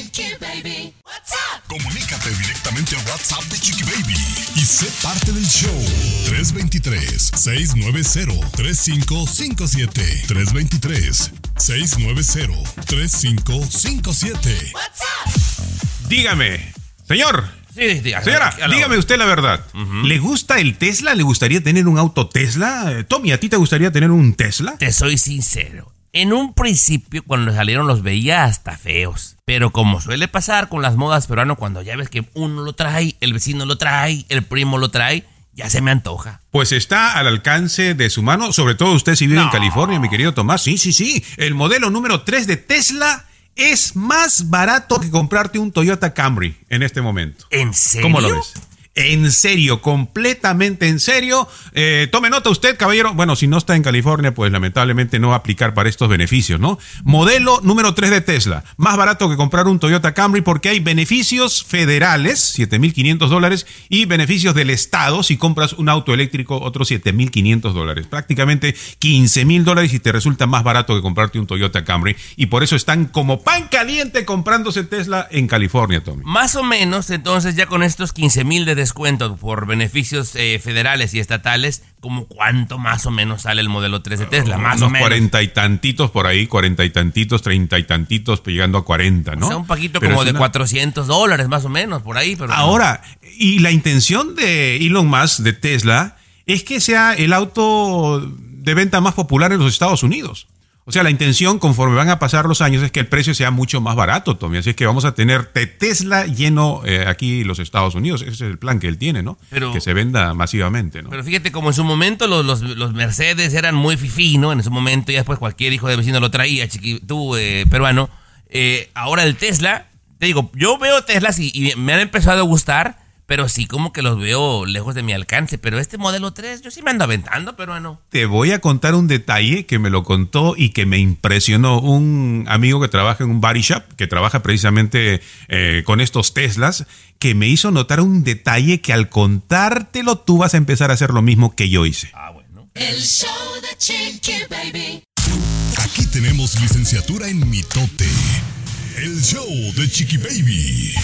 Comunícate directamente al WhatsApp de Chiqui Baby y sé parte del show. 323-690-3557. 323-690-3557. Dígame, señor. Sí, señora, dígame usted la verdad. ¿Le gusta el Tesla? ¿Le gustaría tener un auto Tesla? Tommy, ¿a ti te gustaría tener un Tesla? Te soy sincero. En un principio, cuando salieron, los veía hasta feos. Pero como suele pasar con las modas peruanas, cuando ya ves que uno lo trae, el vecino lo trae, el primo lo trae, ya se me antoja. Pues está al alcance de su mano, sobre todo usted si vive en California, mi querido Tomás. Sí. El modelo número 3 de Tesla es más barato que comprarte un Toyota Camry en este momento. ¿En serio? ¿Cómo lo ves? En serio, completamente en serio. Tome nota usted, caballero. Bueno, si no está en California, pues lamentablemente no va a aplicar para estos beneficios, ¿no? Modelo número 3 de Tesla. Más barato que comprar un Toyota Camry porque hay beneficios federales, $7,500, y beneficios del Estado si compras un auto eléctrico, otros $7,500. Prácticamente $15,000 y te resulta más barato que comprarte un Toyota Camry. Y por eso están como pan caliente comprándose Tesla en California, Tommy. Más o menos, entonces, ya con estos 15,000 de descuento por beneficios federales y estatales, ¿como cuánto más o menos sale el modelo 3 de Tesla? Más o menos. 40 y tantitos por ahí, 40 y tantitos, 30 y tantitos, llegando a 40, ¿no? O sea, un poquito pero como de $400 más o menos, por ahí. Pero ahora, y la intención de Elon Musk, de Tesla, es que sea el auto de venta más popular en los Estados Unidos. O sea, la intención, conforme van a pasar los años, es que el precio sea mucho más barato, Tommy. Así es que vamos a tener Tesla lleno aquí en los Estados Unidos. Ese es el plan que él tiene, ¿no? Que se venda masivamente, ¿no? Pero fíjate, como en su momento los Mercedes eran muy fifí, ¿no? En su momento, y después cualquier hijo de vecino lo traía, tú, peruano. Ahora el Tesla, te digo, yo veo Teslas y me han empezado a gustar, pero sí como que los veo lejos de mi alcance. Pero este modelo 3, yo sí me ando aventando, peruano. Te voy a contar un detalle que me lo contó y que me impresionó. Un amigo que trabaja en un body shop, que trabaja precisamente con estos Teslas, que me hizo notar un detalle que al contártelo tú vas a empezar a hacer lo mismo que yo hice. Bueno. El show de Chiqui Baby. Aquí tenemos licenciatura en mitote. El show de Chiqui Baby.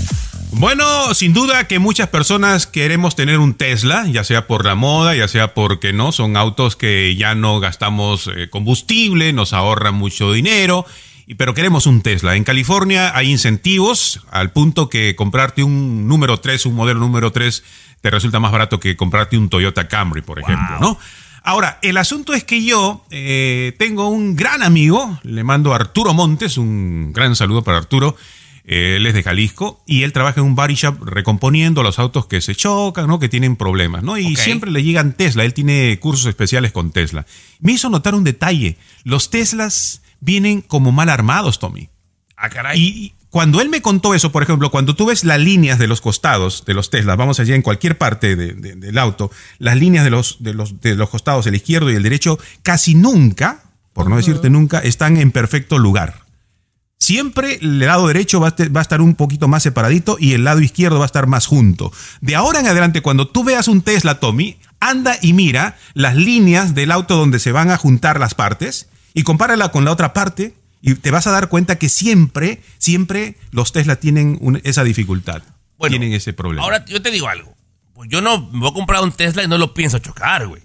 Bueno, sin duda que muchas personas queremos tener un Tesla, ya sea por la moda, ya sea porque no, son autos que ya no gastamos combustible, nos ahorran mucho dinero, pero queremos un Tesla. En California hay incentivos al punto que comprarte un número 3, un modelo número 3, te resulta más barato que comprarte un Toyota Camry, por ejemplo, ¿no? Ahora, el asunto es que yo tengo un gran amigo, le mando a Arturo Montes, un gran saludo para Arturo. Él es de Jalisco y él trabaja en un body shop recomponiendo los autos que se chocan, ¿no? Que tienen problemas, ¿no? Y siempre le llegan Tesla. Él tiene cursos especiales con Tesla. Me hizo notar un detalle. Los Teslas vienen como mal armados, Tommy. Ah, caray. Y cuando él me contó eso, por ejemplo, cuando tú ves las líneas de los costados de los Teslas, vamos allá en cualquier parte del auto, las líneas de los costados, el izquierdo y el derecho, casi nunca, por no decirte nunca, están en perfecto lugar. Siempre el lado derecho va a estar un poquito más separadito y el lado izquierdo va a estar más junto. De ahora en adelante, cuando tú veas un Tesla, Tommy, anda y mira las líneas del auto donde se van a juntar las partes y compárala con la otra parte y te vas a dar cuenta que siempre los Tesla tienen esa dificultad. Bueno, tienen ese problema. Ahora yo te digo algo. Pues yo no me voy a comprar un Tesla y no lo pienso chocar, güey.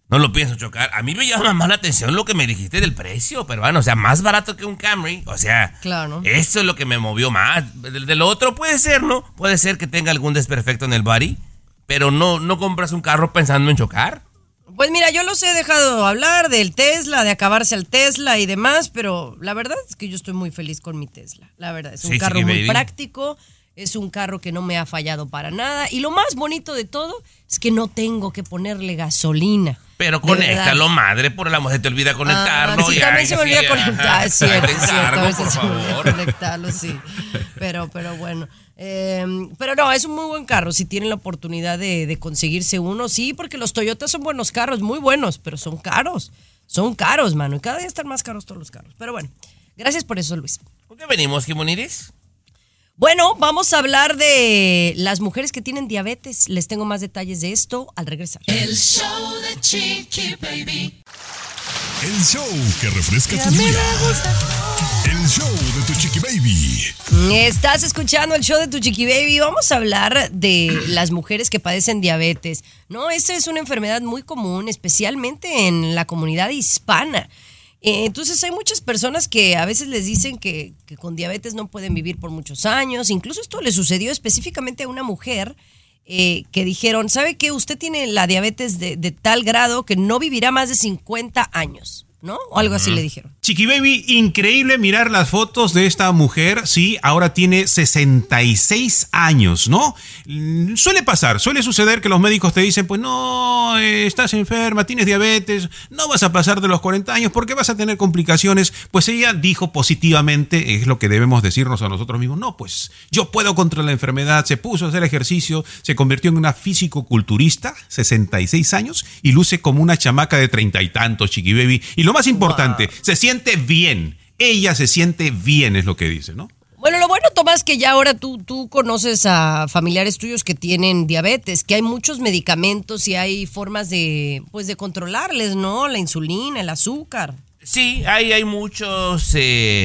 no lo pienso chocar. A mí me llama más la atención lo que me dijiste del precio, pero bueno, o sea, más barato que un Camry. O sea, claro, eso es lo que me movió más. De lo otro puede ser, ¿no? Puede ser que tenga algún desperfecto en el body, pero no compras un carro pensando en chocar. Pues mira, yo los he dejado hablar del Tesla, de acabarse al Tesla y demás, pero la verdad es que yo estoy muy feliz con mi Tesla. La verdad, es un carro muy práctico, es un carro que no me ha fallado para nada. Y lo más bonito de todo es que no tengo que ponerle gasolina. Pero conéctalo, madre, por el amor, se te olvida conectarlo. Sí, también se me olvida conectar, es cierto, a veces por se me olvida favor. conectarlo, sí. Pero bueno. Pero no, es un muy buen carro. Si tienen la oportunidad de conseguirse uno, sí, porque los Toyotas son buenos carros, muy buenos, pero son caros. Son caros, mano, y cada día están más caros todos los carros. Pero bueno, gracias por eso, Luis. ¿Por qué venimos, Jimoniris? Bueno, vamos a hablar de las mujeres que tienen diabetes. Les tengo más detalles de esto al regresar. El show de Chiqui Baby. El show que refresca tu día. El show de tu Chiqui Baby. Estás escuchando el show de tu Chiqui Baby. Vamos a hablar de las mujeres que padecen diabetes. No, esta es una enfermedad muy común, especialmente en la comunidad hispana. Entonces hay muchas personas que a veces les dicen que con diabetes no pueden vivir por muchos años. Incluso esto le sucedió específicamente a una mujer que dijeron, ¿sabe qué? Usted tiene la diabetes de tal grado que no vivirá más de 50 años, ¿no? O algo así le dijeron. Chiqui Baby, increíble mirar las fotos de esta mujer, sí, ahora tiene 66 años, ¿no? Suele suceder que los médicos te dicen, pues no, estás enferma, tienes diabetes, no vas a pasar de los 40 años porque vas a tener complicaciones. Pues ella dijo positivamente, es lo que debemos decirnos a nosotros mismos, no, pues yo puedo contra la enfermedad, se puso a hacer ejercicio, se convirtió en una físico-culturista, 66 años, y luce como una chamaca de 30 y tantos, Chiqui Baby. Y lo más importante, se siente bien. Ella se siente bien, es lo que dice, ¿no? Bueno, lo bueno, Tomás, que ya ahora tú conoces a familiares tuyos que tienen diabetes, que hay muchos medicamentos y hay formas de controlarles, ¿no? La insulina, el azúcar. Sí, hay muchas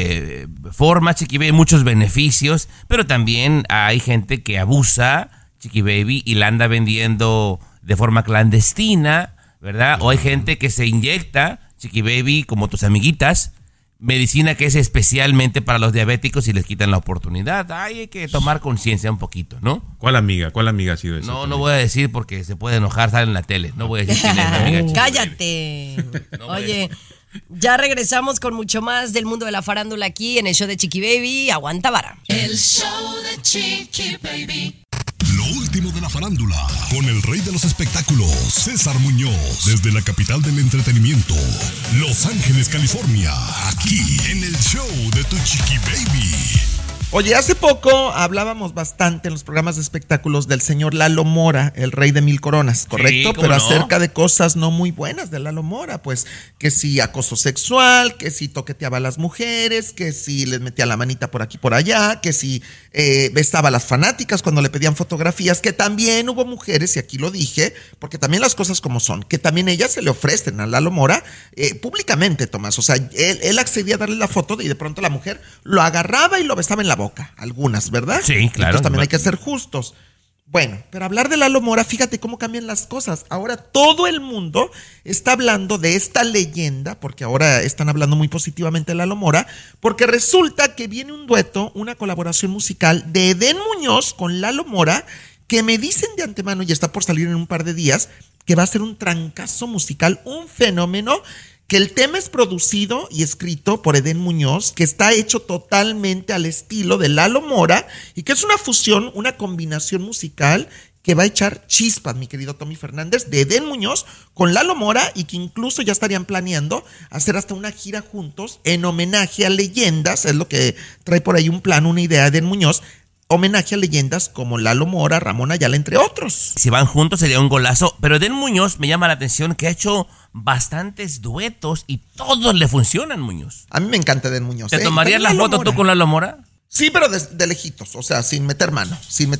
formas, Chiqui Baby, muchos beneficios, pero también hay gente que abusa, Chiqui Baby, y la anda vendiendo de forma clandestina, ¿verdad? O hay gente que se inyecta, Chiqui Baby, como tus amiguitas, medicina que es especialmente para los diabéticos y les quitan la oportunidad. Hay que tomar conciencia un poquito, ¿no? ¿Cuál amiga ha sido eso? No voy a decir porque se puede enojar, sale en la tele. No voy a decir quién es la amiga. Cállate. Oye, ya regresamos con mucho más del mundo de la farándula aquí en el show de Chiqui Baby. Aguanta vara. El show de Chiqui Baby. Lo último de la farándula, con el rey de los espectáculos, César Muñoz, desde la capital del entretenimiento, Los Ángeles, California, aquí en el show de tu Chiqui Baby. Oye, hace poco hablábamos bastante en los programas de espectáculos del señor Lalo Mora, el rey de 1000 coronas, ¿correcto? Sí, pero no, acerca de cosas no muy buenas de Lalo Mora, pues que si acoso sexual, que si toqueteaba a las mujeres, que si les metía la manita por aquí por allá, que si besaba a las fanáticas cuando le pedían fotografías, que también hubo mujeres, y aquí lo dije, porque también las cosas como son, que también ellas se le ofrecen a Lalo Mora públicamente, Tomás. O sea, él accedía a darle la foto y de pronto la mujer lo agarraba y lo besaba en la boca, algunas, ¿verdad? Sí, claro. Entonces también hay que ser justos. Bueno, pero hablar de Lalo Mora, fíjate cómo cambian las cosas. Ahora todo el mundo está hablando de esta leyenda, porque ahora están hablando muy positivamente de Lalo Mora, porque resulta que viene un dueto, una colaboración musical de Edén Muñoz con Lalo Mora, que me dicen de antemano, y está por salir en un par de días, que va a ser un trancazo musical, un fenómeno, que el tema es producido y escrito por Edén Muñoz, que está hecho totalmente al estilo de Lalo Mora y que es una fusión, una combinación musical que va a echar chispas, mi querido Tommy Fernández, de Edén Muñoz con Lalo Mora, y que incluso ya estarían planeando hacer hasta una gira juntos en homenaje a leyendas, es lo que trae por ahí un plan, una idea de Edén Muñoz, homenaje a leyendas como Lalo Mora, Ramón Ayala, entre otros. Si van juntos sería un golazo, pero Edén Muñoz me llama la atención que ha hecho bastantes duetos y todos le funcionan, Muñoz. A mí me encanta Edén Muñoz. ¿Te tomarías la foto tú con Lalo Mora? Sí, pero de lejitos, o sea, sin meter mano.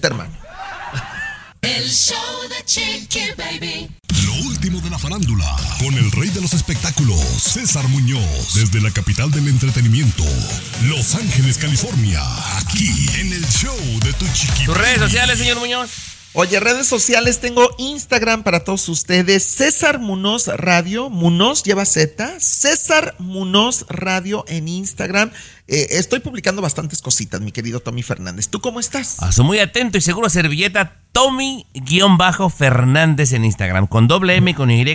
El show de Chiqui Baby. Lo último de la farándula, con el rey de los espectáculos, César Muñoz, desde la capital del entretenimiento, Los Ángeles, California, aquí en el show de tu Chiqui Baby. ¿Tus redes sociales, señor Muñoz? Oye, redes sociales, tengo Instagram para todos ustedes, César Munoz Radio, Munoz lleva Z, César Munoz Radio en Instagram. Estoy publicando bastantes cositas, mi querido Tommy Fernández. ¿Tú cómo estás? Soy muy atento y seguro, servilleta Tommy-Fernández en Instagram, con doble M, con Y,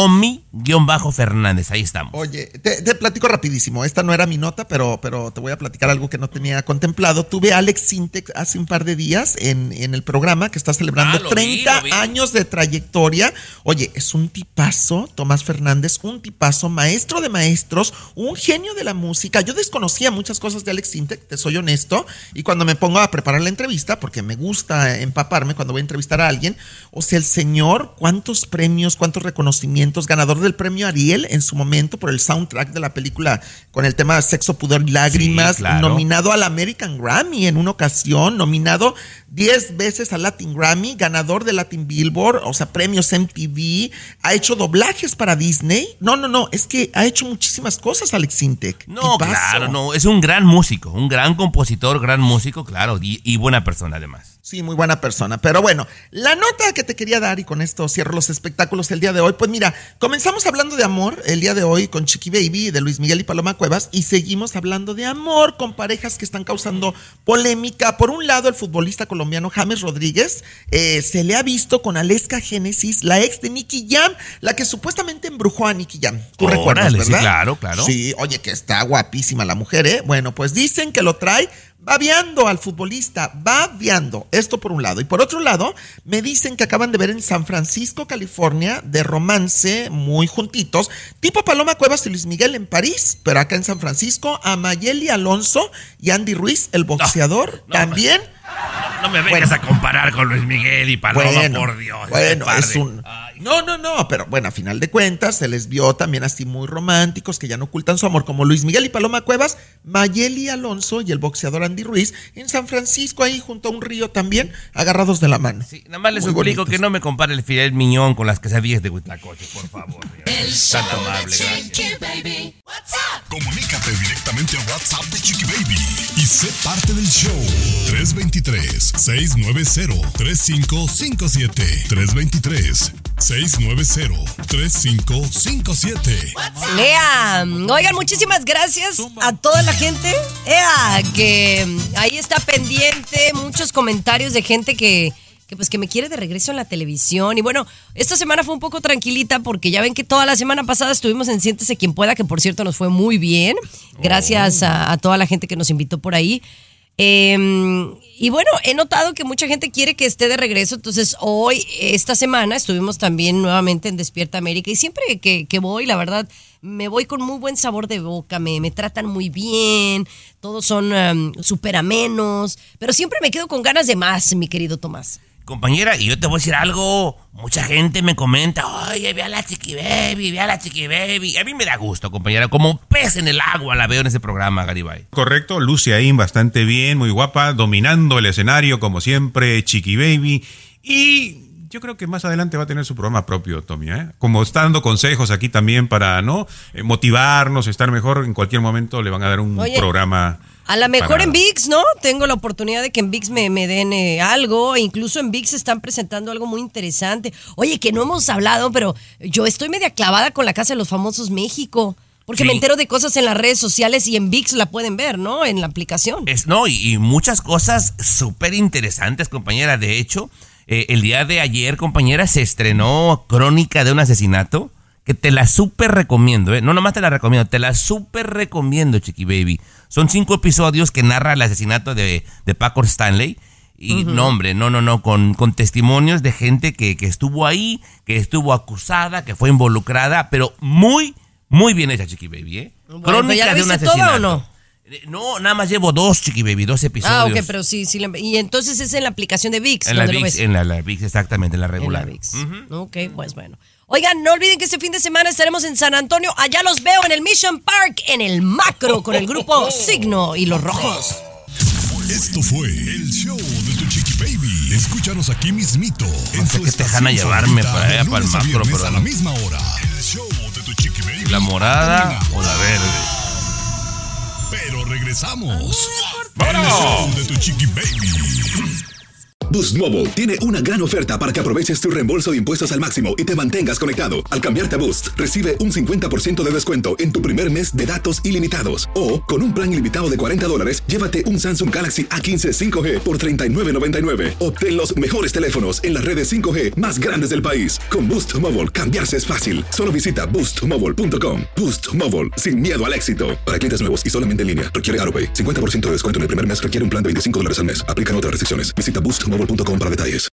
Tommy-Fernández, ahí estamos. Oye, te platico rapidísimo, esta no era mi nota, pero te voy a platicar algo que no tenía contemplado. Tuve a Alex Sintek hace un par de días en el programa que está celebrando 30 años de trayectoria. Oye, es un tipazo, Tomás Fernández, un tipazo, maestro de maestros, un genio de la música. Yo desconocía muchas cosas de Alex Sintek, te soy honesto, y cuando me pongo a preparar la entrevista, porque me gusta empaparme cuando voy a entrevistar a alguien, o sea, el señor, cuántos premios, cuántos reconocimientos, ganador del premio Ariel en su momento por el soundtrack de la película con el tema Sexo, Pudor y Lágrimas, sí, claro. Nominado al American Grammy en una ocasión, nominado 10 veces al Latin Grammy, ganador de Latin Billboard, o sea, premios MTV, ha hecho doblajes para Disney. No, es que ha hecho muchísimas cosas Alex Sintek. No, claro, no, es un gran músico, un gran compositor, gran músico, claro, y buena persona además. Sí, muy buena persona. Pero bueno, la nota que te quería dar, y con esto cierro los espectáculos el día de hoy, pues mira, comenzamos hablando de amor el día de hoy con Chiqui Baby, de Luis Miguel y Paloma Cuevas, y seguimos hablando de amor con parejas que están causando polémica. Por un lado, el futbolista colombiano James Rodríguez se le ha visto con Aleska Génesis, la ex de Nicky Jam, la que supuestamente embrujó a Nicky Jam. ¿Tú recuerdas, verdad? Sí, claro. Sí, oye, que está guapísima la mujer, ¿eh? Bueno, pues dicen que lo trae babeando al futbolista, babeando. Esto por un lado. Y por otro lado, me dicen que acaban de ver en San Francisco, California, de romance, muy juntitos, tipo Paloma Cuevas y Luis Miguel en París, pero acá en San Francisco, a Mayeli Alonso y Andy Ruiz, el boxeador, también. No me vengas a comparar con Luis Miguel y Paloma, por Dios. Bueno, es un... No, pero bueno, a final de cuentas se les vio también así muy románticos, que ya no ocultan su amor, como Luis Miguel y Paloma Cuevas, Mayeli Alonso y el boxeador Andy Ruiz en San Francisco, ahí junto a un río también, agarrados de la mano. Sí, nada más les suplico que no me compare el filet mignon con las quesadillas de Huitlacoche, por favor. Tan amable, Chiqui Baby. Comunícate directamente a WhatsApp de Chiqui Baby y sé parte del show. 323-690-3557. 323-690-3557. Oigan, muchísimas gracias a toda la gente que ahí está pendiente, muchos comentarios de gente que me quiere de regreso en la televisión. Y bueno, esta semana fue un poco tranquilita porque ya ven que toda la semana pasada estuvimos en Siéntese Quien Pueda, que por cierto nos fue muy bien. Gracias a toda la gente que nos invitó por ahí. Y bueno, he notado que mucha gente quiere que esté de regreso, entonces hoy, esta semana, estuvimos también nuevamente en Despierta América y siempre que voy, la verdad, me voy con muy buen sabor de boca, me tratan muy bien, todos son súper amenos, pero siempre me quedo con ganas de más, mi querido Tomás. Compañera, y yo te voy a decir algo, mucha gente me comenta, oye, ve a la Chiqui Baby. A mí me da gusto, compañera, como pez en el agua la veo en ese programa, Garibay. Correcto, luce ahí bastante bien, muy guapa, dominando el escenario como siempre, Chiqui Baby. Y yo creo que más adelante va a tener su programa propio, Tommy, como está dando consejos aquí también para motivarnos, estar mejor, en cualquier momento le van a dar un programa. A lo mejor en ViX, ¿no? Tengo la oportunidad de que en ViX me den algo. Incluso en ViX están presentando algo muy interesante. Oye, que no hemos hablado, pero yo estoy media clavada con la Casa de los Famosos México. Porque me entero de cosas en las redes sociales y en ViX la pueden ver, ¿no? En la aplicación. Y muchas cosas súper interesantes, compañera. De hecho, el día de ayer, compañera, se estrenó Crónica de un Asesinato, que te la súper recomiendo, No nomás te la recomiendo, te la súper recomiendo, Chiqui Baby. Son 5 episodios que narra el asesinato de Paco Stanley. Y con testimonios de gente que estuvo ahí, que estuvo acusada, que fue involucrada, pero muy, muy bien hecha, Chiqui Baby, Bueno, Crónica de un asesinato. ¿Toda o no? No, nada más llevo 2, Chiqui Baby, 2 episodios. Ah, ok, pero sí. Y entonces es en la aplicación de ViX. En la ViX, exactamente, en la regular. En la ViX. Ok, pues bueno. Oigan, no olviden que este fin de semana estaremos en San Antonio. Allá los veo en el Mission Park, en el Macro, con el grupo Signo y Los Rojos. Esto fue el show de tu Chiqui Baby. Escúchanos aquí mismito. No sé qué te dejan a llevarme para allá, para el Macro, pero a la misma hora. El show de tu Chiqui Baby. ¿La morada o la verde? Pero regresamos. ¡Vámonos! El show de tu Chiqui Baby. Boost Mobile tiene una gran oferta para que aproveches tu reembolso de impuestos al máximo y te mantengas conectado. Al cambiarte a Boost, recibe un 50% de descuento en tu primer mes de datos ilimitados. O, con un plan ilimitado de $40, llévate un Samsung Galaxy A15 5G por $39.99. Obtén los mejores teléfonos en las redes 5G más grandes del país. Con Boost Mobile, cambiarse es fácil. Solo visita boostmobile.com. Boost Mobile, sin miedo al éxito. Para clientes nuevos y solamente en línea, requiere AutoPay. 50% de descuento en el primer mes, requiere un plan de $25 al mes. Aplican otras restricciones. Visita boostmobile.com para detalles.